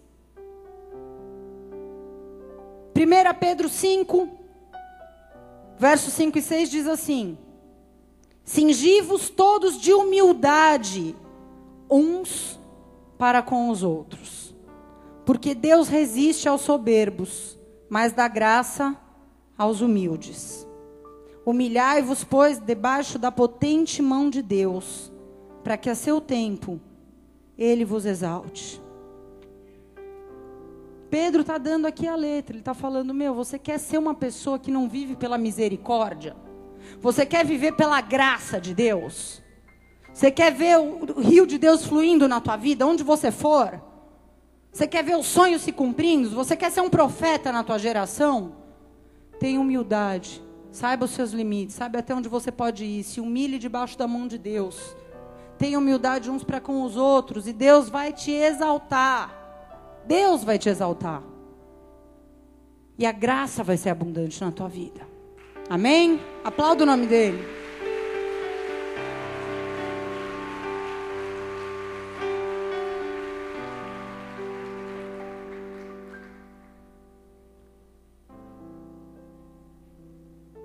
primeira Pedro cinco, versos cinco e seis diz assim: cingi-vos todos de humildade, uns para com os outros. Porque Deus resiste aos soberbos, mas dá graça aos humildes. Humilhai-vos, pois, debaixo da potente mão de Deus, para que a seu tempo Ele vos exalte. Pedro está dando aqui a letra, ele está falando, meu, você quer ser uma pessoa que não vive pela misericórdia? Você quer viver pela graça de Deus? Você quer ver o rio de Deus fluindo na tua vida, onde você for? Você quer ver os sonhos se cumprindo? Você quer ser um profeta na tua geração? Tenha humildade, saiba os seus limites, saiba até onde você pode ir, se humilhe debaixo da mão de Deus. Tenha humildade uns para com os outros e Deus vai te exaltar. Deus vai te exaltar. E a graça vai ser abundante na tua vida. Amém? Aplauda o nome dele.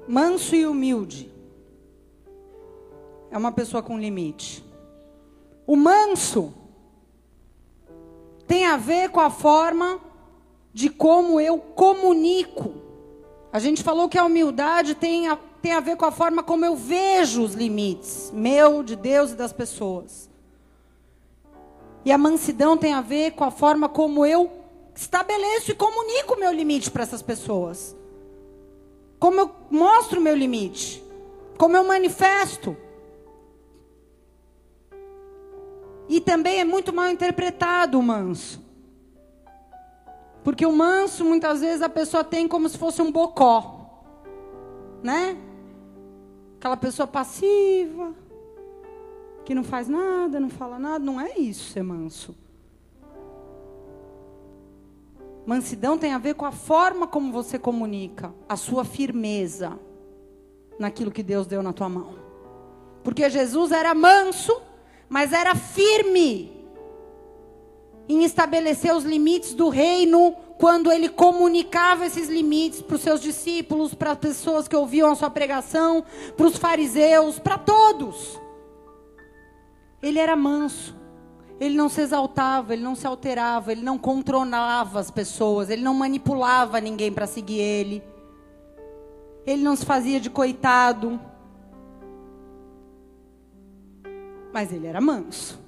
Manso e humilde é uma pessoa com limite. O manso tem a ver com a forma de como eu comunico. A gente falou que a humildade tem a, tem a ver com a forma como eu vejo os limites, meu, de Deus e das pessoas. E a mansidão tem a ver com a forma como eu estabeleço e comunico o meu limite para essas pessoas. Como eu mostro o meu limite. Como eu manifesto. E também é muito mal interpretado o manso. Porque o manso, muitas vezes, a pessoa tem como se fosse um bocó. Né? Aquela pessoa passiva, que não faz nada, não fala nada. Não é isso ser manso. Mansidão tem a ver com a forma como você comunica, a sua firmeza naquilo que Deus deu na tua mão. Porque Jesus era manso, mas era firme em estabelecer os limites do reino, quando ele comunicava esses limites para os seus discípulos, para as pessoas que ouviam a sua pregação, para os fariseus, para todos. Ele era manso, ele não se exaltava, ele não se alterava, ele não controlava as pessoas, ele não manipulava ninguém para seguir ele, ele não se fazia de coitado. Mas ele era manso.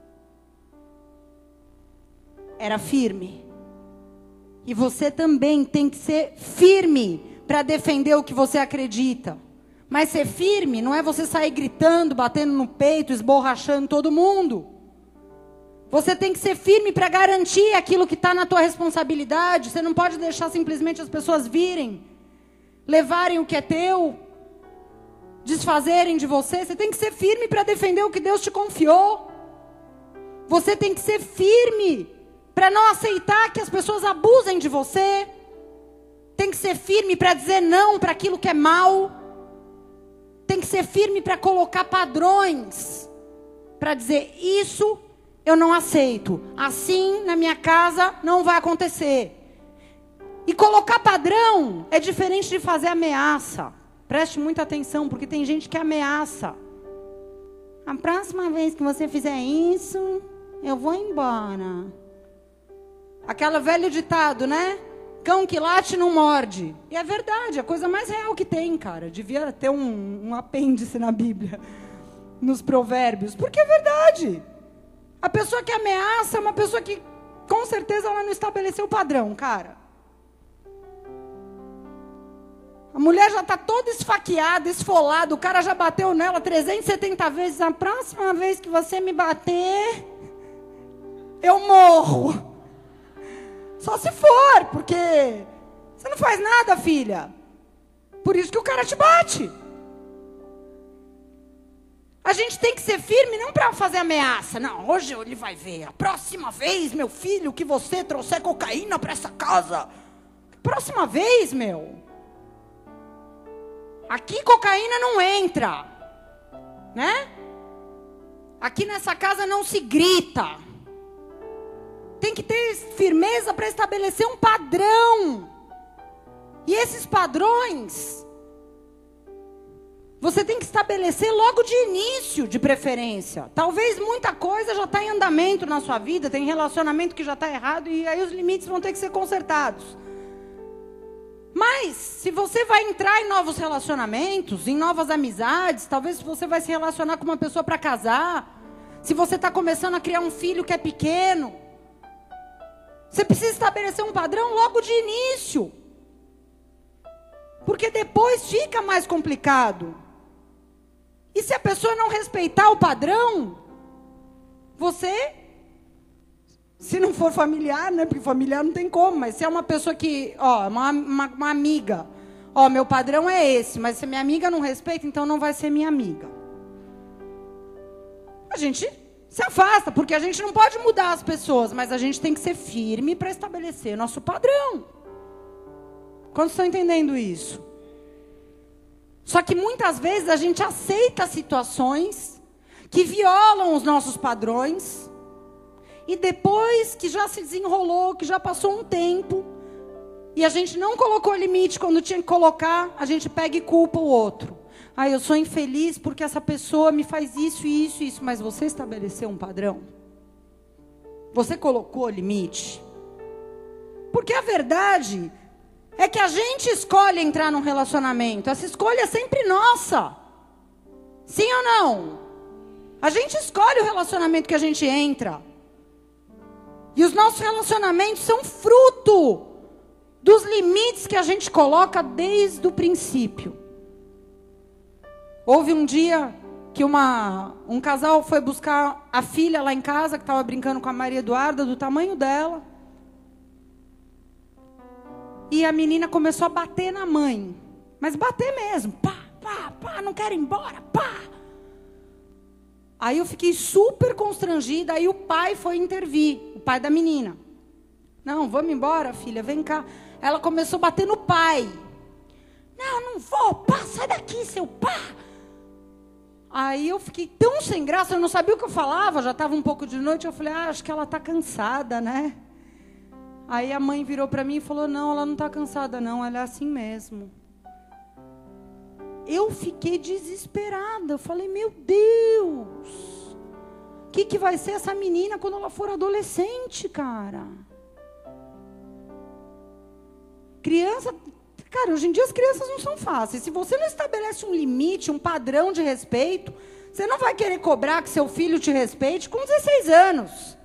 Era firme. E você também tem que ser firme para defender o que você acredita. Mas ser firme não é você sair gritando, batendo no peito, esborrachando todo mundo. Você tem que ser firme para garantir aquilo que está na tua responsabilidade. Você não pode deixar simplesmente as pessoas virem, levarem o que é teu, desfazerem de você. Você tem que ser firme para defender o que Deus te confiou. Você tem que ser firme para não aceitar que as pessoas abusem de você. Tem que ser firme para dizer não para aquilo que é mal. Tem que ser firme para colocar padrões, para dizer, isso eu não aceito, assim na minha casa não vai acontecer. E colocar padrão é diferente de fazer ameaça. Preste muita atenção, porque tem gente que ameaça. A próxima vez que você fizer isso, eu vou embora. Aquele velho ditado, né? Cão que late não morde. E é verdade, é a coisa mais real que tem, cara. Devia ter um, um apêndice na Bíblia, nos provérbios. Porque é verdade. A pessoa que ameaça é uma pessoa que, com certeza, ela não estabeleceu o padrão, cara. A mulher já está toda esfaqueada, esfolada. O cara já bateu nela trezentas e setenta vezes. A próxima vez que você me bater, eu morro. Só se for, porque você não faz nada, filha. Por isso que o cara te bate. A gente tem que ser firme, não para fazer ameaça. Não, hoje ele vai ver. A próxima vez, meu filho, que você trouxer cocaína para essa casa. Próxima vez, meu. Aqui cocaína não entra. Né? Aqui nessa casa não se grita. Tem que ter firmeza para estabelecer um padrão. E esses padrões, você tem que estabelecer logo de início, de preferência. Talvez muita coisa já está em andamento na sua vida, tem relacionamento que já está errado, e aí os limites vão ter que ser consertados. Mas, se você vai entrar em novos relacionamentos, em novas amizades, talvez você vai se relacionar com uma pessoa para casar, se você está começando a criar um filho que é pequeno, você precisa estabelecer um padrão logo de início. Porque depois fica mais complicado. E se a pessoa não respeitar o padrão, você, se não for familiar, né? Porque familiar não tem como, mas se é uma pessoa que, ó, uma, uma, uma amiga, ó, meu padrão é esse, mas se minha amiga não respeita, então não vai ser minha amiga. A gente se afasta, porque a gente não pode mudar as pessoas, mas a gente tem que ser firme para estabelecer nosso padrão. Quantos estão entendendo isso? Só que muitas vezes a gente aceita situações que violam os nossos padrões, e depois que já se desenrolou, que já passou um tempo, e a gente não colocou limite quando tinha que colocar, a gente pega e culpa o outro. Ah, eu sou infeliz porque essa pessoa me faz isso, isso, isso. Mas você estabeleceu um padrão? Você colocou limite? Porque a verdade é que a gente escolhe entrar num relacionamento. Essa escolha é sempre nossa. Sim ou não? A gente escolhe o relacionamento que a gente entra. E os nossos relacionamentos são fruto dos limites que a gente coloca desde o princípio. Houve um dia que uma, um casal foi buscar a filha lá em casa, que estava brincando com a Maria Eduarda, do tamanho dela. E a menina começou a bater na mãe. Mas bater mesmo. Pá, pá, pá, não quero ir embora, pá. Aí eu fiquei super constrangida, aí o pai foi intervir, o pai da menina. Não, vamos embora, filha, vem cá. Ela começou a bater no pai. Não, não vou, pá, sai daqui, seu pá. Aí eu fiquei tão sem graça, eu não sabia o que eu falava, já estava um pouco de noite, eu falei, ah, acho que ela está cansada, né? Aí a mãe virou para mim e falou, não, ela não está cansada não, ela é assim mesmo. Eu fiquei desesperada, eu falei, meu Deus, o que, que vai ser essa menina quando ela for adolescente, cara? Criança, cara, hoje em dia as crianças não são fáceis. Se você não estabelece um limite, um padrão de respeito, você não vai querer cobrar que seu filho te respeite com dezesseis anos.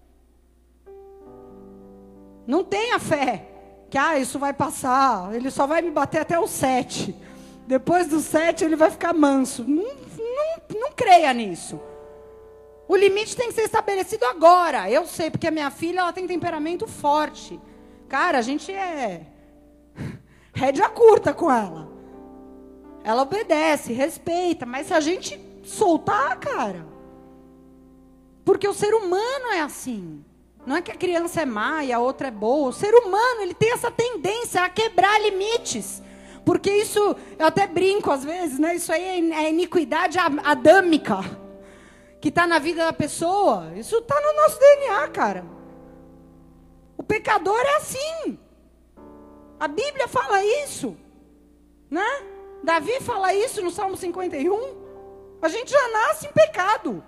Não tenha fé que ah, isso vai passar, ele só vai me bater até os sete. Depois dos sete ele vai ficar manso. Não, não, não creia nisso. O limite tem que ser estabelecido agora. Eu sei, porque a minha filha ela tem temperamento forte. Cara, a gente é rédea curta com ela. Ela obedece, respeita, mas se a gente soltar, cara... Porque o ser humano é assim. Não é que a criança é má e a outra é boa. O ser humano, ele tem essa tendência a quebrar limites. Porque isso, eu até brinco às vezes, né? Isso aí é iniquidade adâmica. Que está na vida da pessoa. Isso está no nosso D N A, cara. O pecador é assim. A Bíblia fala isso. Né? Davi fala isso no Salmo cinquenta e um. A gente já nasce em pecado.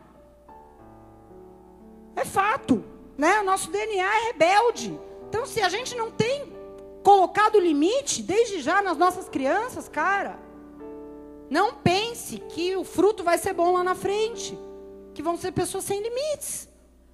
É fato. Né? O nosso D N A é rebelde. Então, se a gente não tem colocado limite, desde já nas nossas crianças, cara, não pense que o fruto vai ser bom lá na frente. Que vão ser pessoas sem limites.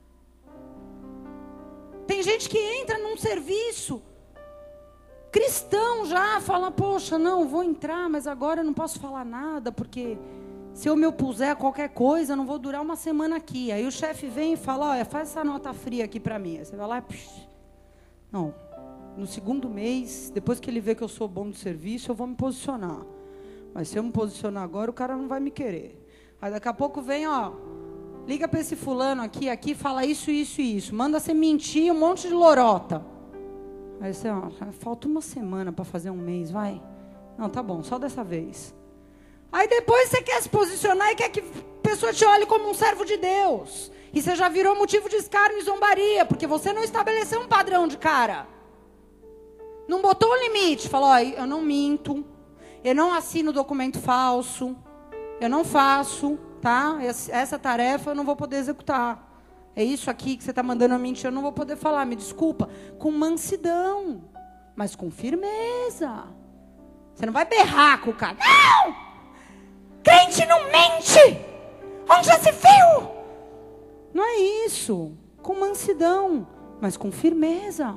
Tem gente que entra num serviço cristão já, fala, poxa, não, vou entrar, mas agora eu não posso falar nada, porque se eu me opuser a qualquer coisa, eu não vou durar uma semana aqui. Aí o chefe vem e fala, olha, faz essa nota fria aqui para mim. Aí você vai lá e... Psh, não, no segundo mês, depois que ele vê que eu sou bom no serviço, eu vou me posicionar. Mas se eu me posicionar agora, o cara não vai me querer. Aí daqui a pouco vem, ó, liga para esse fulano aqui, aqui, fala isso, isso e isso. Manda você mentir um monte de lorota. Aí você, ó, falta uma semana para fazer um mês, vai. Não, tá bom, só dessa vez. Aí depois você quer se posicionar e quer que a pessoa te olhe como um servo de Deus. E você já virou motivo de escárnio e zombaria, porque você não estabeleceu um padrão de cara. Não botou um limite, falou, ó, eu não minto, eu não assino documento falso, eu não faço, tá? Essa tarefa eu não vou poder executar. É isso aqui que você está mandando a mentir, eu não vou poder falar, me desculpa. Com mansidão, mas com firmeza. Você não vai berrar com o cara. Não! Crente não mente! Onde já se viu? Não é isso. Com mansidão, mas com firmeza.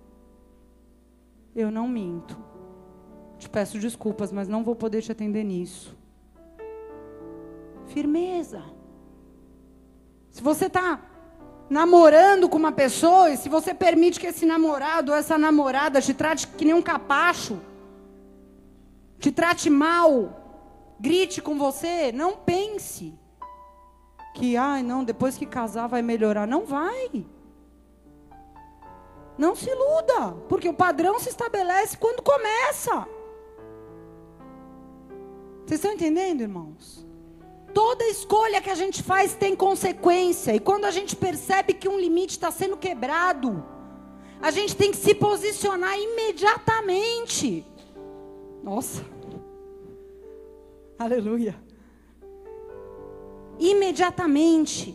Eu não minto. Te peço desculpas, mas não vou poder te atender nisso. Firmeza. Se você está namorando com uma pessoa, e se você permite que esse namorado ou essa namorada te trate que nem um capacho, te trate mal, grite com você, não pense que, ai, não, depois que casar vai melhorar. Não vai. Não se iluda, porque o padrão se estabelece quando começa. Vocês estão entendendo, irmãos? Toda escolha que a gente faz tem consequência. E quando a gente percebe que um limite está sendo quebrado, A gente tem que se posicionar imediatamente. Nossa. Aleluia. Imediatamente.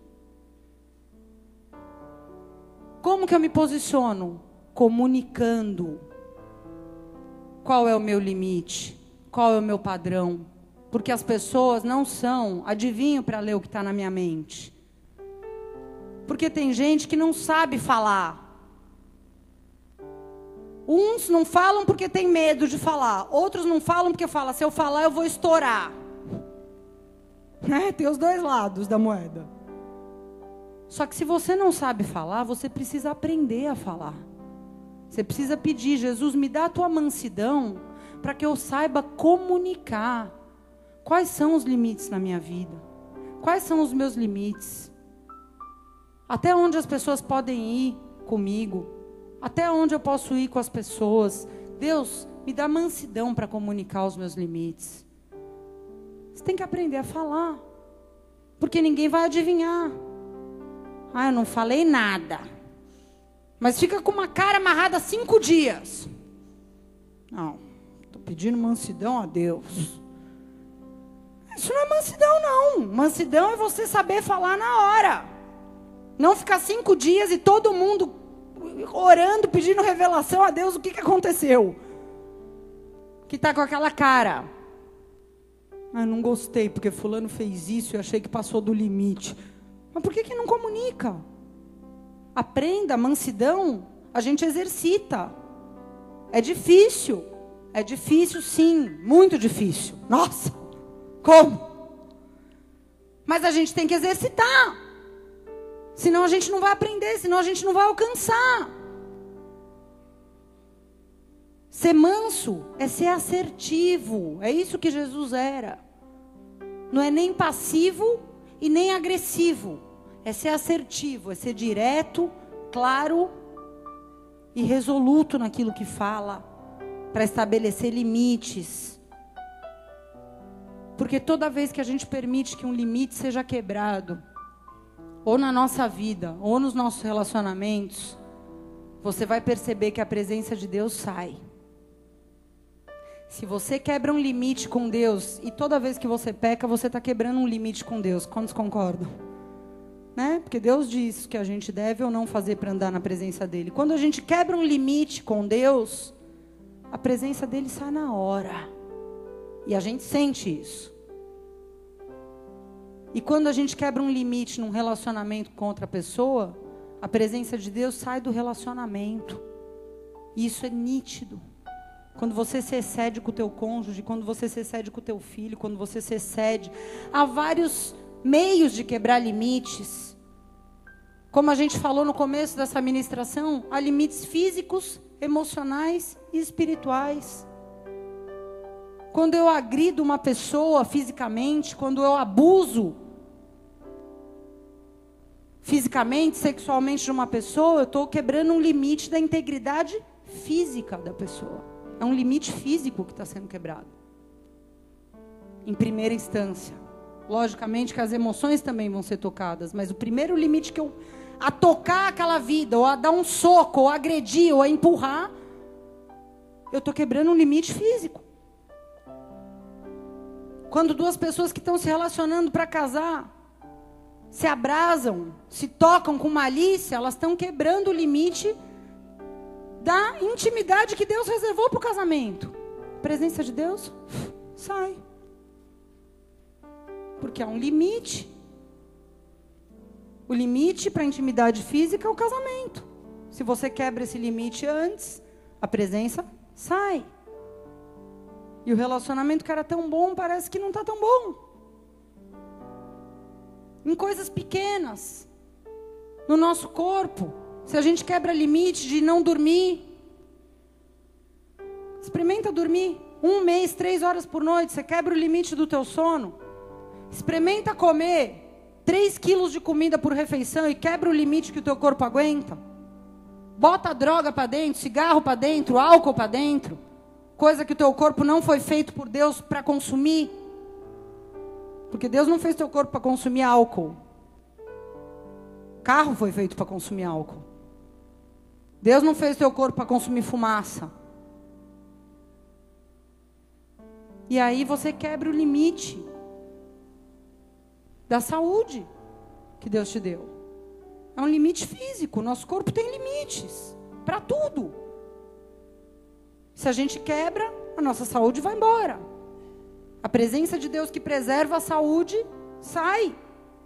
Como que eu me posiciono? Comunicando. Qual é o meu limite? Qual é o meu padrão? Porque as pessoas não são adivinho para ler o que está na minha mente. Porque tem gente que não sabe falar. Uns não falam porque tem medo de falar. Outros não falam porque falam, se eu falar eu vou estourar. É, tem os dois lados da moeda. Só que se você não sabe falar, você precisa aprender a falar. Você precisa pedir, Jesus, me dá a tua mansidão para que eu saiba comunicar. Quais são os limites na minha vida? Quais são os meus limites? Até onde as pessoas podem ir comigo? Até onde eu posso ir com as pessoas? Deus, me dá mansidão para comunicar os meus limites. Você tem que aprender a falar. Porque ninguém vai adivinhar. Ah, eu não falei nada. Mas fica com uma cara amarrada cinco dias. Não, estou pedindo mansidão a Deus. Isso não é mansidão, não. Mansidão é você saber falar na hora. Não ficar cinco dias e todo mundo orando, pedindo revelação a Deus. O que, que aconteceu? Que está com aquela cara. Ah, não gostei, porque fulano fez isso e achei que passou do limite. Mas por que, que não comunica? Aprenda, mansidão, a gente exercita. É difícil. É difícil, sim. Muito difícil. Nossa, como? Mas a gente tem que exercitar. Senão a gente não vai aprender, senão a gente não vai alcançar. Ser manso é ser assertivo. É isso que Jesus era. Não é nem passivo e nem agressivo. É ser assertivo, é ser direto, claro e resoluto naquilo que fala, para estabelecer limites. Porque toda vez que a gente permite que um limite seja quebrado, ou na nossa vida, ou nos nossos relacionamentos, você vai perceber que a presença de Deus sai. Se você quebra um limite com Deus, e toda vez que você peca, você está quebrando um limite com Deus. Quantos concordam? Né? Porque Deus diz que a gente deve ou não fazer para andar na presença dEle. Quando a gente quebra um limite com Deus, a presença dEle sai na hora. E a gente sente isso. E quando a gente quebra um limite num relacionamento com outra pessoa, a presença de Deus sai do relacionamento. E isso é nítido. Quando você se excede com o teu cônjuge, quando você se excede com o teu filho, quando você se excede. Há vários meios de quebrar limites. Como a gente falou no começo dessa ministração, há limites físicos, emocionais e espirituais. Quando eu agrido uma pessoa fisicamente, quando eu abuso fisicamente, sexualmente de uma pessoa, eu estou quebrando um limite da integridade física da pessoa. É um limite físico que está sendo quebrado. Em primeira instância. Logicamente que as emoções também vão ser tocadas, mas o primeiro limite que eu... a tocar aquela vida, ou a dar um soco, ou a agredir, ou a empurrar, eu estou quebrando um limite físico. Quando duas pessoas que estão se relacionando para casar, se abrasam, se tocam com malícia, elas estão quebrando o limite da intimidade que Deus reservou para o casamento. A presença de Deus sai. Porque há um limite. O limite para a intimidade física é o casamento. Se você quebra esse limite antes, a presença sai. E o relacionamento que era tão bom, parece que não está tão bom. Em coisas pequenas. No nosso corpo. Se a gente quebra limite de não dormir. Experimenta dormir. Um mês, três horas por noite. Você quebra o limite do teu sono. Experimenta comer três quilos de comida por refeição e quebra o limite que o teu corpo aguenta. Bota droga para dentro, cigarro para dentro, álcool para dentro. Coisa que o teu corpo não foi feito por Deus para consumir. Porque Deus não fez teu corpo para consumir álcool. Carro foi feito para consumir álcool. Deus não fez o teu corpo para consumir fumaça. E aí você quebra o limite da saúde que Deus te deu. É um limite físico. Nosso corpo tem limites para tudo. Se a gente quebra, a nossa saúde vai embora. A presença de Deus que preserva a saúde sai.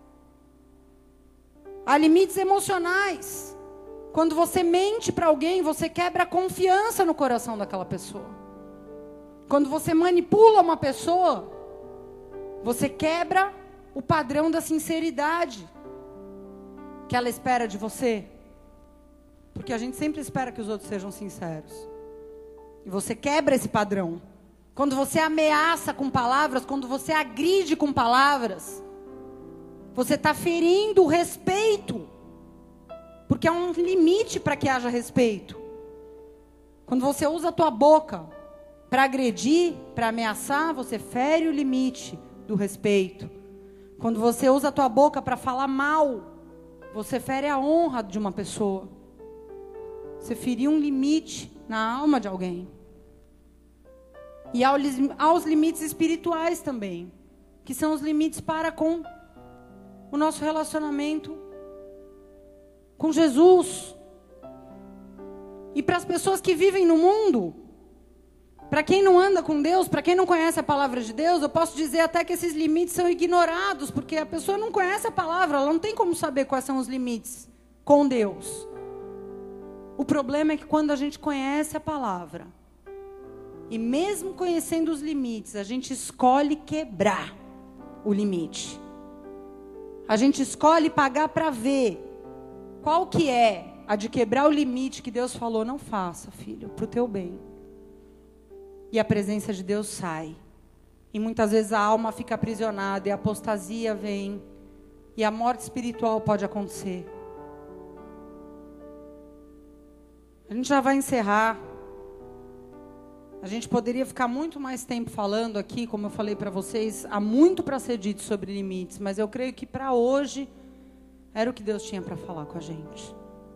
Há limites emocionais. Quando você mente para alguém, você quebra a confiança no coração daquela pessoa. Quando você manipula uma pessoa, você quebra o padrão da sinceridade que ela espera de você. Porque a gente sempre espera que os outros sejam sinceros. E você quebra esse padrão. Quando você ameaça com palavras, quando você agride com palavras, você está ferindo o respeito. Porque há um limite para que haja respeito. Quando você usa a tua boca para agredir, para ameaçar, você fere o limite do respeito. Quando você usa a tua boca para falar mal, você fere a honra de uma pessoa. Você feriu um limite na alma de alguém. E aos limites espirituais também, que são os limites para com o nosso relacionamento com Jesus. E para as pessoas que vivem no mundo, para quem não anda com Deus, para quem não conhece a palavra de Deus, eu posso dizer até que esses limites são ignorados, porque a pessoa não conhece a palavra, ela não tem como saber quais são os limites com Deus. O problema é que quando a gente conhece a palavra, e mesmo conhecendo os limites, a gente escolhe quebrar o limite. A gente escolhe pagar para ver qual que é a de quebrar o limite que Deus falou, não faça, filho, para o teu bem. E a presença de Deus sai. E muitas vezes a alma fica aprisionada, e a apostasia vem, e a morte espiritual pode acontecer. A gente já vai encerrar. A gente poderia ficar muito mais tempo falando aqui, como eu falei para vocês, há muito para ser dito sobre limites, mas eu creio que para hoje era o que Deus tinha para falar com a gente.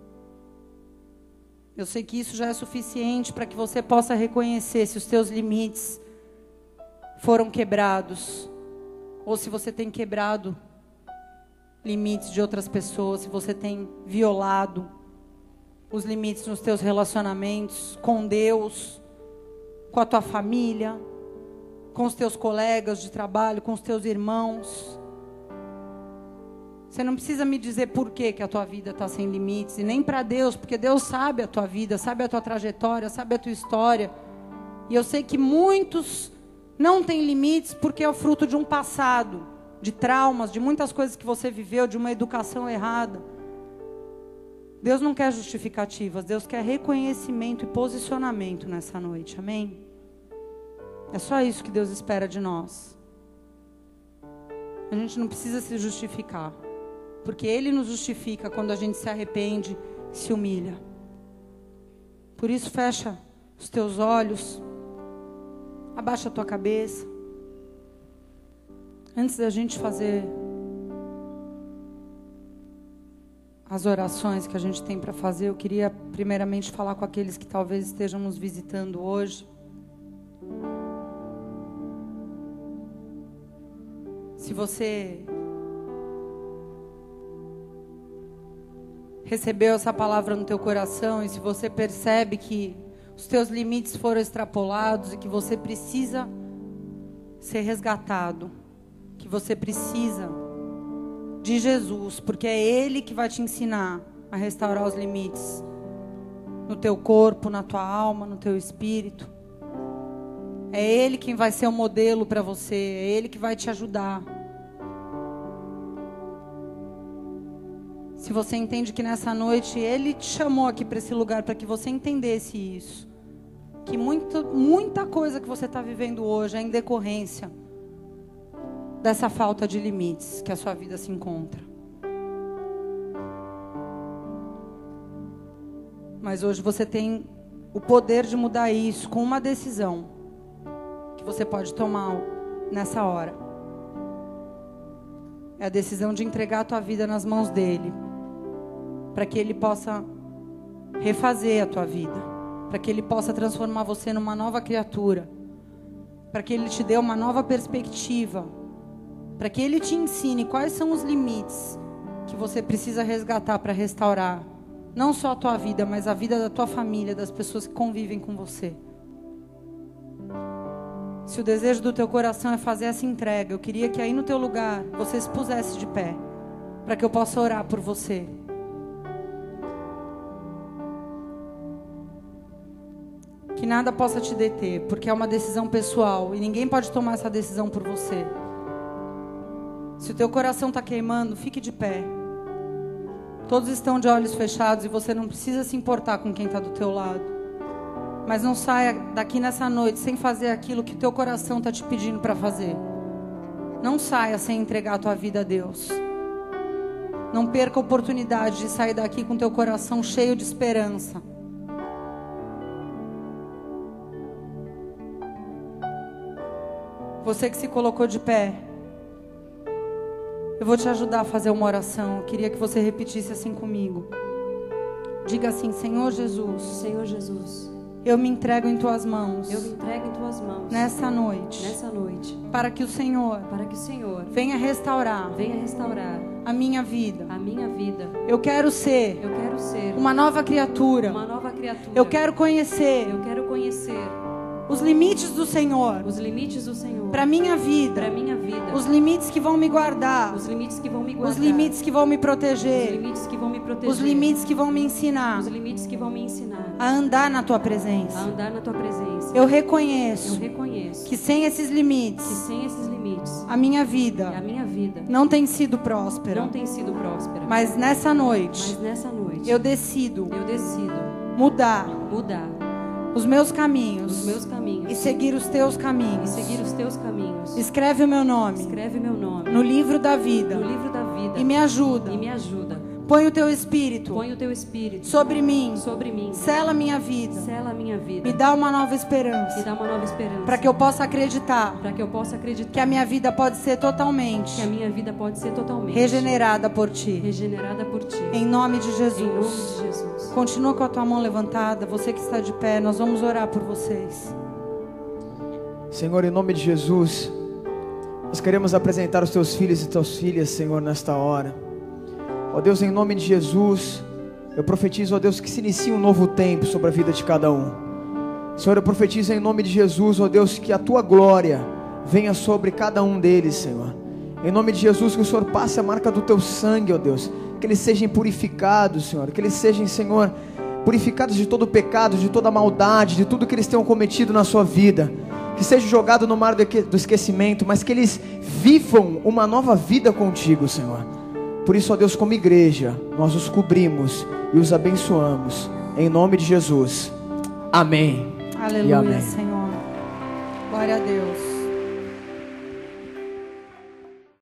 Eu sei que isso já é suficiente para que você possa reconhecer se os teus limites foram quebrados, ou se você tem quebrado limites de outras pessoas, se você tem violado os limites nos teus relacionamentos com Deus, com a tua família, com os teus colegas de trabalho, com os teus irmãos. Você não precisa me dizer por que que a tua vida está sem limites, e nem para Deus, porque Deus sabe a tua vida, sabe a tua trajetória, sabe a tua história. E eu sei que muitos não têm limites porque é o fruto de um passado, de traumas, de muitas coisas que você viveu, de uma educação errada. Deus não quer justificativas, Deus quer reconhecimento e posicionamento nessa noite, amém? É só isso que Deus espera de nós. A gente não precisa se justificar, porque Ele nos justifica quando a gente se arrepende e se humilha. Por isso, fecha os teus olhos, abaixa a tua cabeça. Antes da gente fazer as orações que a gente tem para fazer, eu queria primeiramente falar com aqueles que talvez estejam nos visitando hoje. Se você recebeu essa palavra no teu coração e se você percebe que os teus limites foram extrapolados e que você precisa ser resgatado, que você precisa de Jesus, porque é Ele que vai te ensinar a restaurar os limites no teu corpo, na tua alma, no teu espírito. É Ele quem vai ser o modelo para você, é Ele que vai te ajudar. Se você entende que nessa noite Ele te chamou aqui para esse lugar para que você entendesse isso, que muita, muita coisa que você está vivendo hoje é em decorrência dessa falta de limites que a sua vida se encontra. Mas hoje você tem o poder de mudar isso com uma decisão que você pode tomar nessa hora. É a decisão de entregar a tua vida nas mãos dEle, para que Ele possa refazer a tua vida, para que Ele possa transformar você numa nova criatura, para que Ele te dê uma nova perspectiva, para que Ele te ensine quais são os limites que você precisa resgatar para restaurar, não só a tua vida, mas a vida da tua família, das pessoas que convivem com você. Se o desejo do teu coração é fazer essa entrega, eu queria que aí no teu lugar você se pusesse de pé, para que eu possa orar por você. Que nada possa te deter, porque é uma decisão pessoal e ninguém pode tomar essa decisão por você. Se o teu coração está queimando, fique de pé. Todos estão de olhos fechados e você não precisa se importar com quem está do teu lado. Mas não saia daqui nessa noite sem fazer aquilo que o teu coração está te pedindo para fazer. Não saia sem entregar a tua vida a Deus. Não perca a oportunidade de sair daqui com teu coração cheio de esperança. Você que se colocou de pé, eu vou te ajudar a fazer uma oração. Eu queria que você repetisse assim comigo. Diga assim: Senhor Jesus, Senhor Jesus, eu me entrego em tuas mãos. eu me entrego em tuas mãos Nessa noite, nessa noite, para que o Senhor para que o Senhor venha restaurar venha restaurar a minha vida. a minha vida. Eu quero ser Eu quero ser uma nova criatura. uma nova criatura. Eu quero conhecer Eu quero conhecer os limites do Senhor os limites do Senhor para minha vida. para minha vida. Os limites que vão me guardar. Os limites que vão me guardar. Os limites que vão me Os proteger. limites que vão me proteger. Os limites que vão me ensinar Os limites que vão me ensinar a andar na tua a presença. andar na tua presença. Eu Eu reconheço reconheço que sem esses que limites, sem esses limites a minha a vida minha vida não tem sido próspera. não tem sido próspera. Mas nessa noite, Mas nessa noite eu decido eu decido mudar mudar os meus caminhos os meus caminhos e seguir os teus e caminhos. seguir os teus caminhos. Escreve o meu nome Escreve meu nome no livro da vida no livro da vida e me ajuda. e me ajuda. Põe o teu espírito Põe o teu espírito sobre mim. sobre mim. Sela minha vida. Sela a minha vida. Me dá uma nova Me esperança dá uma nova esperança. para que eu possa acreditar para que eu possa acreditar que a minha vida pode ser totalmente que a minha vida pode ser totalmente regenerada por ti. regenerada por ti. Em nome de Em nome Jesus. de Jesus. Continua com a tua mão levantada. Você que está de pé, nós vamos orar por vocês. Senhor, em nome de Jesus, nós queremos apresentar os teus filhos e tuas filhas, Senhor, nesta hora. Ó Deus, em nome de Jesus, eu profetizo, ó Deus, que se inicie um novo tempo sobre a vida de cada um. Senhor, eu profetizo em nome de Jesus, ó Deus, que a tua glória venha sobre cada um deles, Senhor. Em nome de Jesus, que o Senhor passe a marca do teu sangue, ó Deus, que eles sejam purificados, Senhor, que eles sejam, Senhor, purificados de todo pecado, de toda maldade, de tudo que eles tenham cometido na sua vida. Que seja jogado no mar do esquecimento, mas que eles vivam uma nova vida contigo, Senhor. Por isso, ó Deus, como igreja, nós os cobrimos e os abençoamos, em nome de Jesus. Amém. Aleluia, amém. Senhor. Glória a Deus.